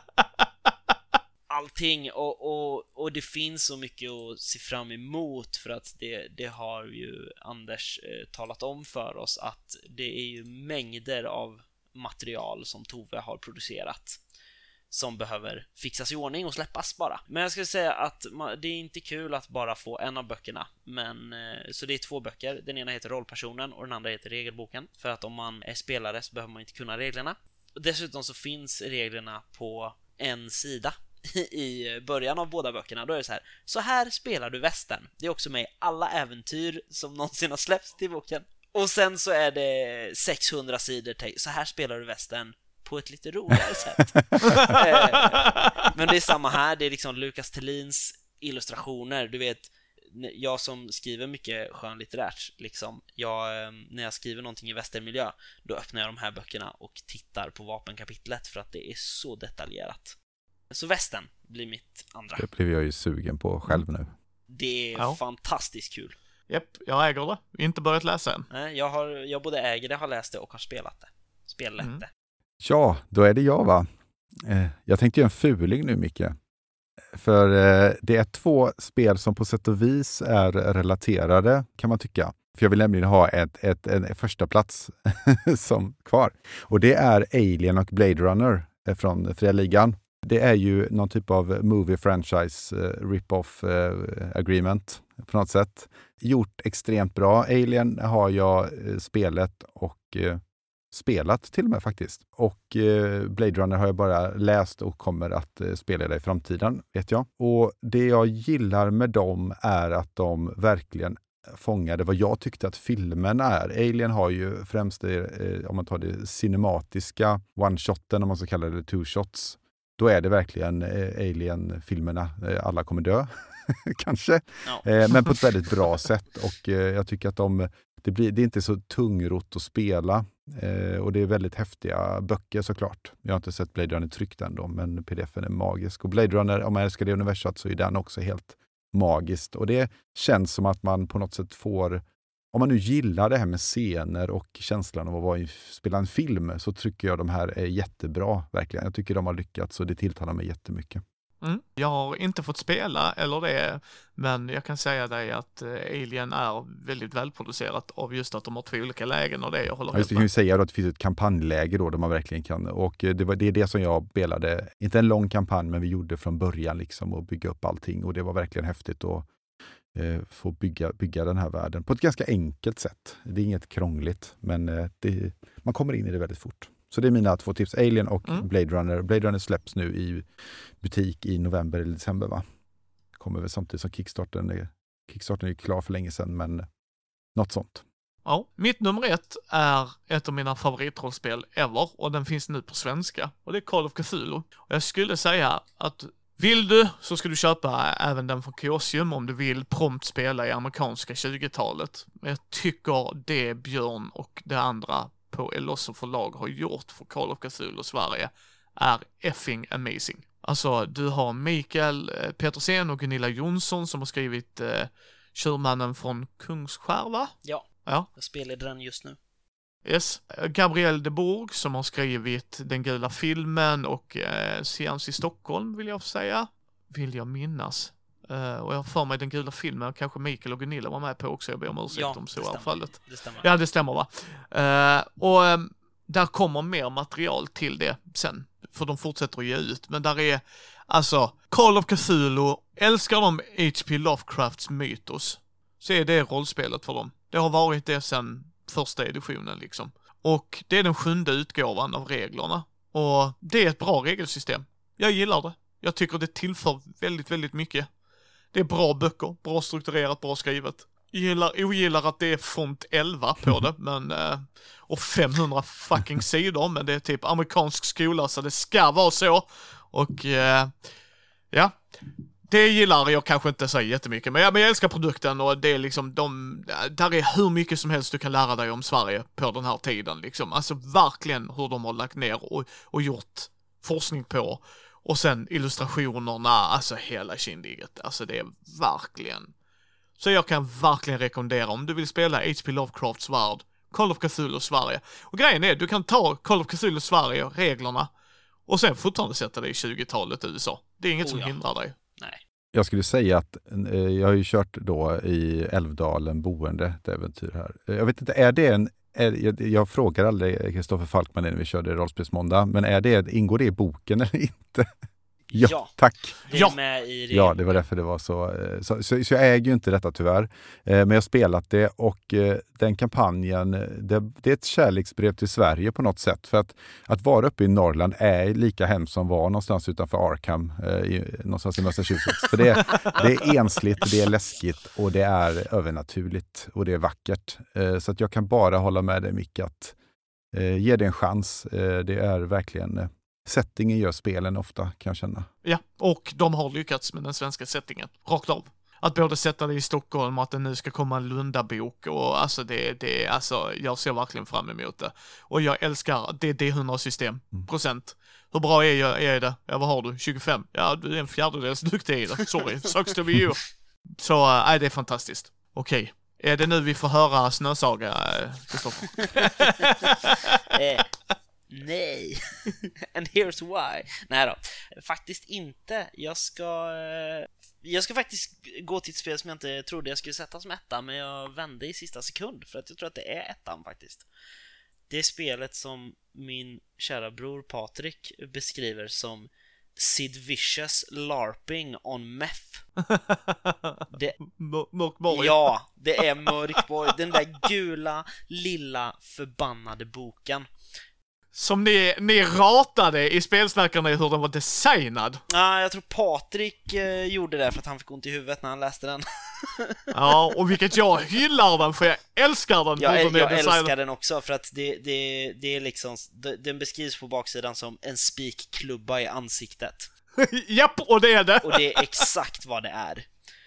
allting. Och, och, och det finns så mycket att se fram emot, för att det, det har ju Anders eh, talat om för oss, att det är ju mängder av material som Tove har producerat som behöver fixas i ordning och släppas bara. Men jag skulle säga att man, det är inte kul att bara få en av böckerna, men eh, så det är två böcker. Den ena heter Rollpersonen och den andra heter Regelboken, för att om man är spelare så behöver man inte kunna reglerna. Och dessutom så finns reglerna på en sida i början av båda böckerna. Då är det så här: så här spelar du västern. Det är också med i alla äventyr som någonsin har släppts till boken. Och sen så är det sexhundra sidor till, så här spelar du västern på ett lite roligare sätt. Men det är samma här. Det är liksom Lukas Thelins illustrationer. Du vet, jag som skriver mycket skönlitterärt, liksom, jag, när jag skriver någonting i västernmiljö, då öppnar jag de här böckerna och tittar på vapenkapitlet, för att det är så detaljerat. Så västern blir mitt andra. Det blev jag ju sugen på själv nu. Det är ja. fantastiskt kul. Japp, jag äger det. Inte börjat läsa än. Nej, jag, har, jag både äger det, har läst det och har spelat det. Spelat Mm. det. Ja, då är det jag va. Eh, jag tänkte göra en fuling nu, Micke. För eh, det är två spel som på sätt och vis är relaterade, kan man tycka. För jag vill nämligen ha ett, ett, en första plats som kvar. Och det är Alien och Blade Runner från Fria Ligan. Det är ju någon typ av movie franchise uh, rip-off uh, agreement. på något sätt. Gjort extremt bra. Alien har jag eh, spelat och eh, spelat till och med faktiskt. Och eh, Blade Runner har jag bara läst och kommer att eh, spela det i framtiden, vet jag. Och det jag gillar med dem är att de verkligen fångade vad jag tyckte att filmen är. Alien har ju främst det, eh, om man tar det cinematiska one-shoten, om man ska kalla det two-shots. Då är det verkligen eh, Alien-filmerna. Eh, alla kommer dö, kanske. Ja. Eh, men på ett väldigt bra sätt. Och eh, jag tycker att de, det, blir, det är inte så tungrott att spela. Eh, och det är väldigt häftiga böcker såklart. Jag har inte sett Blade Runner tryckt ändå, men pdf-en är magisk. Och Blade Runner, om man älskar det universat, så är den också helt magiskt. Och det känns som att man på något sätt får, om man nu gillar det här med scener och känslan av att vara i, spela en film, så tycker jag de här är jättebra, verkligen. Jag tycker de har lyckats och det tilltalar mig jättemycket. Mm. Jag har inte fått spela eller det, men jag kan säga dig att Alien är väldigt välproducerat av just att de har två olika lägen och det jag håller Ja, just det, med. kan vi säga då att det finns ett kampanjläge då där man verkligen kan, och det, var, det är det som jag spelade, inte en lång kampanj, men vi gjorde från början liksom och bygga upp allting, och det var verkligen häftigt att eh, få bygga, bygga den här världen på ett ganska enkelt sätt. Det är inget krångligt, men eh, det, man kommer in i det väldigt fort. Så det är mina två tips, Alien och Mm. Blade Runner. Blade Runner släpps nu i butik i november eller december, va? Kommer väl samtidigt som Kickstarten är, Kickstarten är ju klar för länge sedan, men något sånt. Ja, mitt nummer ett är ett av mina favoritrollspel ever och den finns nu på svenska och det är Call of Cthulhu. Och jag skulle säga att vill du så ska du köpa även den från Chaosium om du vill prompt spela i amerikanska tjugotalet. Men jag tycker det Björn och det andra på Elosso förlag har gjort för Call of Cthulhu Sverige är effing amazing. Alltså, du har Mikael Petersen och Gunilla Jonsson som har skrivit eh, Tjurmannen från Kungsskär, va? Ja, Ja. jag spelar den just nu. Yes. Gabriel de Bourg som har skrivit Den gula filmen och eh, Seans i Stockholm vill jag säga. Vill jag minnas. Uh, och jag har för mig Den gula filmen, kanske Mikael och Gunilla var med på också, jag ber om ursäkt Ja, om så det är stämmer. fallet. Det stämmer. Ja, det stämmer va. Uh, och um, där kommer mer material till det sen, för de fortsätter att ge ut. Men där är, alltså, Call of Cthulhu, älskar de H P Lovecrafts mytos, så är det rollspelet för dem. Det har varit det sen första editionen liksom. Och det är den sjunde utgåvan av reglerna. Och det är ett bra regelsystem. Jag gillar det. Jag tycker det tillför väldigt, väldigt mycket. Det är bra böcker, bra strukturerat, bra skrivet. Gillar, ogillar att det är font elva på det, men eh, och femhundra fucking sidor, men det är typ amerikansk skola så det ska vara så. Och eh, ja, det gillar jag kanske inte så jättemycket, men jag, men jag älskar produkten och det är liksom de, där är hur mycket som helst du kan lära dig om Sverige på den här tiden liksom. Alltså verkligen hur de har lagt ner och, och gjort forskning på. Och sen illustrationerna, alltså hela kindiget, alltså det är verkligen. Så jag kan verkligen rekommendera om du vill spela H P Lovecrafts värld, Call of Cthulhu Sverige. Och grejen är, du kan ta Call of Cthulhu Sverige, reglerna, och sen fortfarande sätta det i tjugotalet i U S A. Det är inget Oh, som ja. hindrar dig. Nej. Jag skulle säga att eh, jag har ju kört då i Älvdalen boende, ett äventyr här. Jag vet inte, är det en, är, jag, jag frågar aldrig Kristoffer Falkman när vi körde Rollspelsmåndag, men är det, ingår det i boken eller inte? Ja, Ja. tack. Det är Ja. med i det. Ja, det var därför det var så. eh, Så, så, så jag äger ju inte detta tyvärr. Eh, Men jag har spelat det och eh, den kampanjen, eh, det, det är ett kärleksbrev till Sverige på något sätt. För att, att vara uppe i Norrland är lika hemskt som var någonstans utanför Arkham, eh, i, någonstans i Massachusetts. För det, är- det är ensligt, det är läskigt och det är övernaturligt och det är vackert. Eh, Så att jag kan bara hålla med dig, Micke, att eh, ge det en chans. Eh, Det är verkligen... eh, Settingen gör spelen ofta, kan jag känna. Ja, och de har lyckats med den svenska settingen, rakt av. Att både sätta det i Stockholm och att det nu ska komma en Lundabok och alltså det, det, alltså jag ser verkligen fram emot det. Och jag älskar det D hundra-system, procent. Hur bra är, jag, är det? Ja, vad har du? tjugofem? Ja, du är en fjärdedels duktig i det. Sorry, sucks to be you. Så, nej, äh, det är fantastiskt. Okej. Är det nu vi får höra Snösaga, Kristoffer? Eh, nej. And here's why. Nej då, faktiskt inte. Jag ska eh, jag ska faktiskt gå till ett spel som jag inte trodde jag skulle sätta som etta, men jag vände i sista sekund för att jag tror att det är ettan faktiskt. Det är spelet som min kära bror Patrik beskriver som Sid Vicious LARPing on meth. Det... Mörkborg. Ja, det är Mörkborg. Den där gula, lilla, förbannade boken. Som ni, ni ratade i spelsnackarna i hur den var designad. Ja, jag tror Patrik eh, gjorde det för att han fick ont i huvudet när han läste den. Ja, och vilket jag hyllar den, för jag älskar den. Jag, den jag älskar den också för att det, det, det är liksom, det, den beskrivs på baksidan som en spikklubba i ansiktet. Japp, och det är det. Och det är exakt vad det är.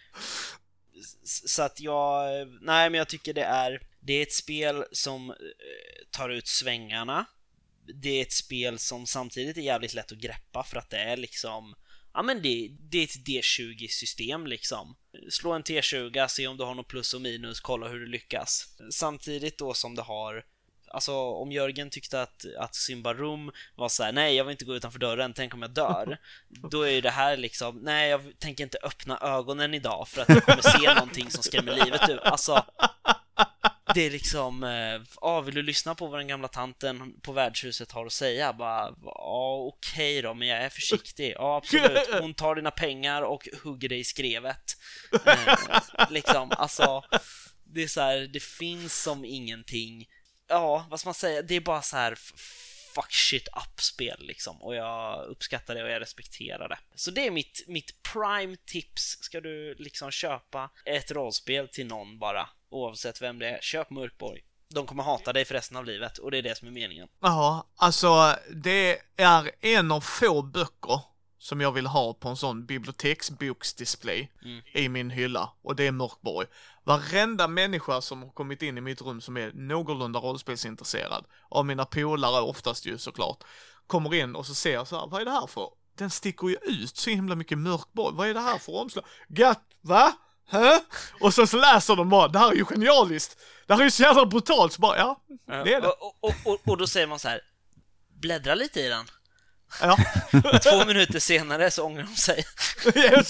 Så att jag, nej men jag tycker det är, det är ett spel som tar ut svängarna. Det är ett spel som samtidigt är jävligt lätt att greppa för att det är liksom, ja men det, det är ett D tjugo-system liksom. Slå en T tjugo, se om du har något plus och minus, kolla hur du lyckas. Samtidigt då som det har, alltså om Jörgen tyckte att, att Symbaroum var så här: nej jag vill inte gå utanför dörren, tänk om jag dör. Då är ju det här liksom, nej jag tänker inte öppna ögonen idag för att jag kommer se någonting som skrämmer livet ur. Alltså det är liksom, ja ah, vill du lyssna på vad den gamla tanten på värdshuset har att säga? Bara, ja okej då, men jag är försiktig. Ja absolut, hon tar dina pengar och hugger dig i skrevet. eh, Liksom, alltså det är så här, det finns som ingenting. Ja, vad ska man säga? Det är bara så här fuck shit up-spel liksom. Och jag uppskattar det och jag respekterar det. Så det är mitt, mitt prime tips. Ska du liksom köpa ett rollspel till någon bara, oavsett vem det är, köp Mörkborg. De kommer hata dig för resten av livet, och det är det som är meningen. Ja, alltså det är en av få böcker som jag vill ha på en sån biblioteksboksdisplay mm. i min hylla, och det är Mörkborg. Varenda människa som har kommit in i mitt rum som är någorlunda rollspelsintresserad, av mina polare oftast ju såklart, kommer in och så ser jag så här: vad är det här för? Den sticker ju ut så himla mycket, Mörkborg. Vad är det här för omslag? Gatt, va? Hä? Och så, så läser de bara, det här är ju genialiskt. Det här är ju så jävla brutalt. Så bara, ja, det är det. Och, och, och, och då säger man så här: bläddra lite i den. Ja. Två minuter senare så ångrar de sig. Yes.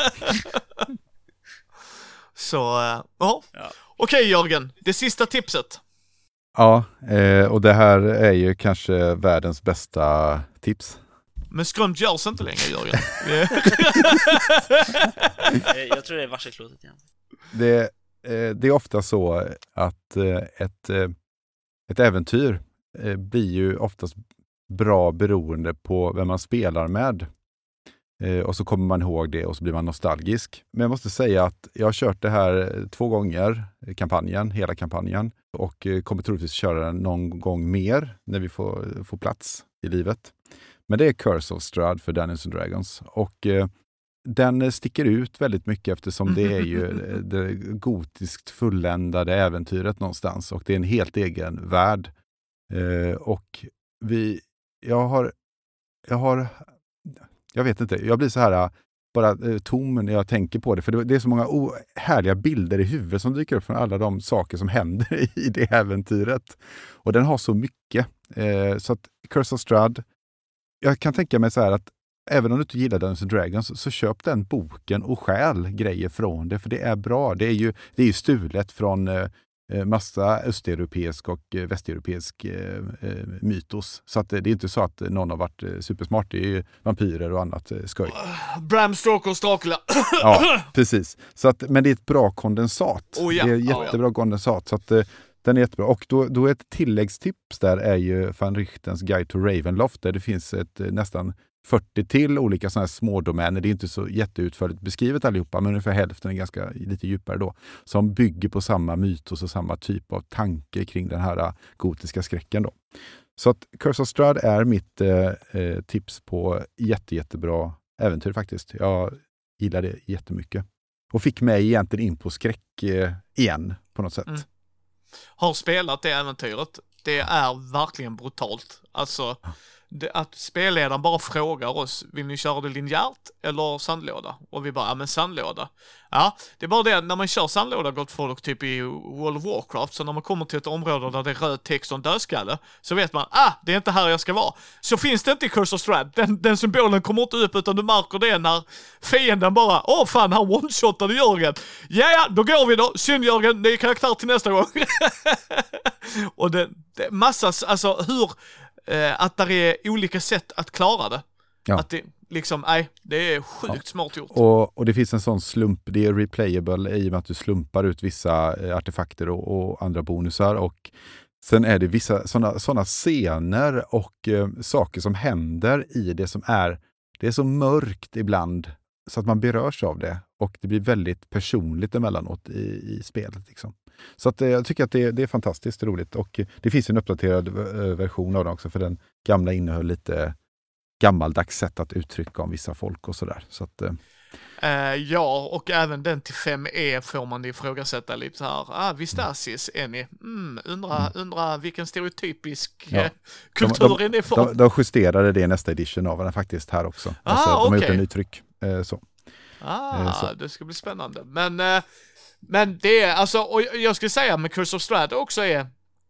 Så, uh, ja. Okej okay, Jörgen, det sista tipset. Ja, eh, och det här är ju kanske världens bästa tips. Men skrömt görs inte längre, Jörgen. Jag tror det är varselklotet igen. Det, eh, det är ofta så att eh, ett, eh, ett äventyr eh, blir ju oftast bra beroende på vem man spelar med. Eh, och så kommer man ihåg det och så blir man nostalgisk. Men jag måste säga att jag har kört det här två gånger, kampanjen, hela kampanjen. Och eh, kommer troligtvis köra den någon gång mer när vi får, får plats i livet. Men det är Curse of Strahd för Dungeons and Dragons. Och eh, den sticker ut väldigt mycket eftersom det är ju det gotiskt fulländade äventyret någonstans. Och det är en helt egen värld. Eh, och vi, jag har, jag har, jag vet inte, jag blir så här bara eh, tom när jag tänker på det. För det, det är så många o- härliga bilder i huvudet som dyker upp från alla de saker som händer i det äventyret. Och den har så mycket. Eh, så att Curse of Strahd, jag kan tänka mig så här att även om du inte gillar Dungeons and Dragons så, så köp den boken och stjäl grejer från det, för det är bra. Det är ju, det är ju stulet från eh, massa östeuropeisk och eh, västeuropeisk eh, mytos. Så att, det är inte så att någon har varit eh, supersmart. Det är ju vampyrer och annat eh, skoj. Bram Stokers Dracula. Ja, precis. Så att, men det är ett bra kondensat. Oh, ja. Det är jättebra oh, ja. kondensat. Så att eh, den är jättebra. Och då, då ett tilläggstips där är ju Van Richtens Guide to Ravenloft, där det finns ett nästan fyrtio till olika sådana här små domäner. Det är inte så jätteutförligt beskrivet allihopa, men ungefär hälften är ganska lite djupare då. Som bygger på samma mytos och samma typ av tanke kring den här gotiska skräcken då. Så att Curse of Strahd är mitt eh, tips på jätte, jättebra äventyr faktiskt. Jag gillar det jättemycket. Och fick mig egentligen in på skräck eh, igen på något sätt. Mm. Har spelat det äventyret. Det är verkligen brutalt. Alltså, det, att spelledaren bara frågar oss, vill ni köra det linjärt eller sandlåda? Och vi bara, ja men sandlåda. Ja, det är bara det, när man kör sandlåda gott folk typ i World of Warcraft, så när man kommer till ett område där det är röd text och en dödskalle, så vet man, ah, det är inte här jag ska vara. Så finns det inte i Curse of Strahd. Den, den symbolen kommer inte upp, utan du märker det när fienden bara, åh fan, han one-shotade Jörgen. Ja, ja, då går vi då. Synd Jörgen, det är karaktär till nästa gång. Och det, det massas, alltså hur, eh, att det är olika sätt att klara det. Ja. Att det, liksom, nej, det är sjukt ja. smart gjort. Och, och det finns en sån slump, det är replayable i och med att du slumpar ut vissa artefakter och, och andra bonusar, och sen är det vissa sådana såna scener och eh, saker som händer i det som är, det är så mörkt ibland så att man berörs av det, och det blir väldigt personligt emellanåt i, i spelet liksom. Så att, eh, jag tycker att det, det är fantastiskt roligt, och det finns en uppdaterad eh, version av den också, för den gamla innehöll lite gammaldags sätt att uttrycka om vissa folk och sådär. Så att, eh. Uh, ja, och även den till fem E får man ifrågasätta lite så här. Ah, Vistasis är ni? Mm, undra, mm. undra vilken stereotypisk ja. uh, kultur de, de, är ni för? De, de justerade det i nästa edition av den faktiskt här också. Ah, alltså, de okay. har gjort en ny tryck. Uh, så. Ah, uh, så. Det ska bli spännande. Men, uh, men det är, alltså, och jag skulle säga med Curse of Strahd också är,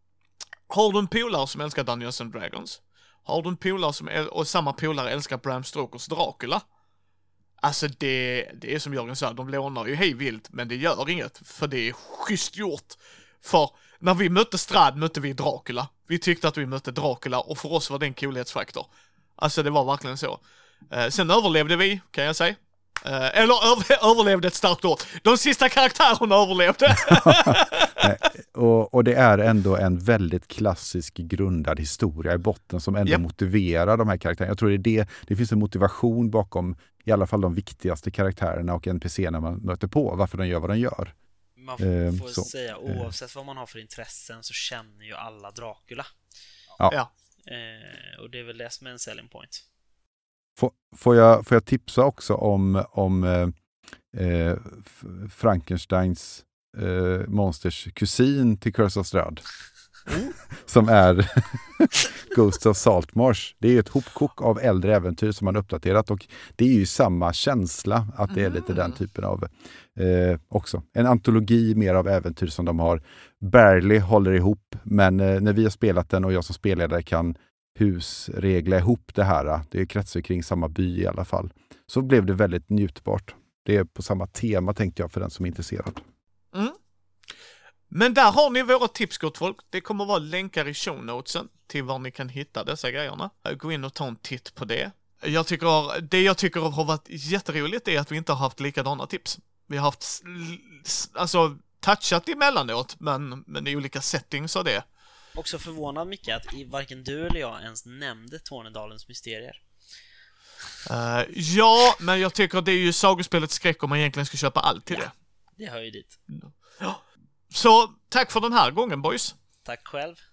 har du en polare som älskar Dungeons and Dragons? Har du en polare som, och samma polare älskar Bram Stokers Dracula? Alltså det, det är som Jörgen sa, de lånar ju hej vilt, men det gör inget, för det är schysst gjort. För när vi mötte Strahd mötte vi Dracula. Vi tyckte att vi mötte Dracula, och för oss var det en coolhetsfaktor. Alltså det var verkligen så. Eh, sen överlevde vi, kan jag säga. Eh, eller över, överlevde ett starkt ord. De sista karaktärerna överlevde. Nej, och, och det är ändå en väldigt klassisk grundad historia i botten som ändå yep. motiverar de här karaktärerna. Jag tror det är det, det finns en motivation bakom i alla fall de viktigaste karaktärerna och N P C-erna man möter på, varför de gör vad de gör. Man får eh, så, säga, oavsett eh. vad man har för intressen så känner ju alla Dracula. Ja. ja. Eh, och det är väl det som är en selling point. Får, får, jag, får jag tipsa också om, om eh, Frankensteins eh, monsters kusin till Curse of Strahd. Mm. Som är Ghosts of Saltmarsh. Det är ett hopkok av äldre äventyr som man uppdaterat, och det är ju samma känsla att det är lite den typen av eh, också. En antologi mer av äventyr som de har barely håller ihop, men eh, när vi har spelat den och jag som spelare kan husregla ihop det här, det kretsar kring samma by i alla fall, så blev det väldigt njutbart. Det är på samma tema tänkte jag för den som är intresserad. Mm. Men där har ni våra tips, gott folk. Det kommer vara länkar i show notesen till var ni kan hitta dessa grejerna. Gå in och ta en titt på det. Jag tycker, det jag tycker har varit jätteroligt är att vi inte har haft likadana tips. Vi har haft, alltså, touchat emellanåt, men, men i olika settings av det. Också förvånad mycket att varken du eller jag ens nämnde Tornedalens mysterier. Uh, ja, men jag tycker det är ju sagospelet skräck om man egentligen ska köpa allt till ja, det. Det hör ju dit. Ja. Så tack för den här gången, boys. Tack själv.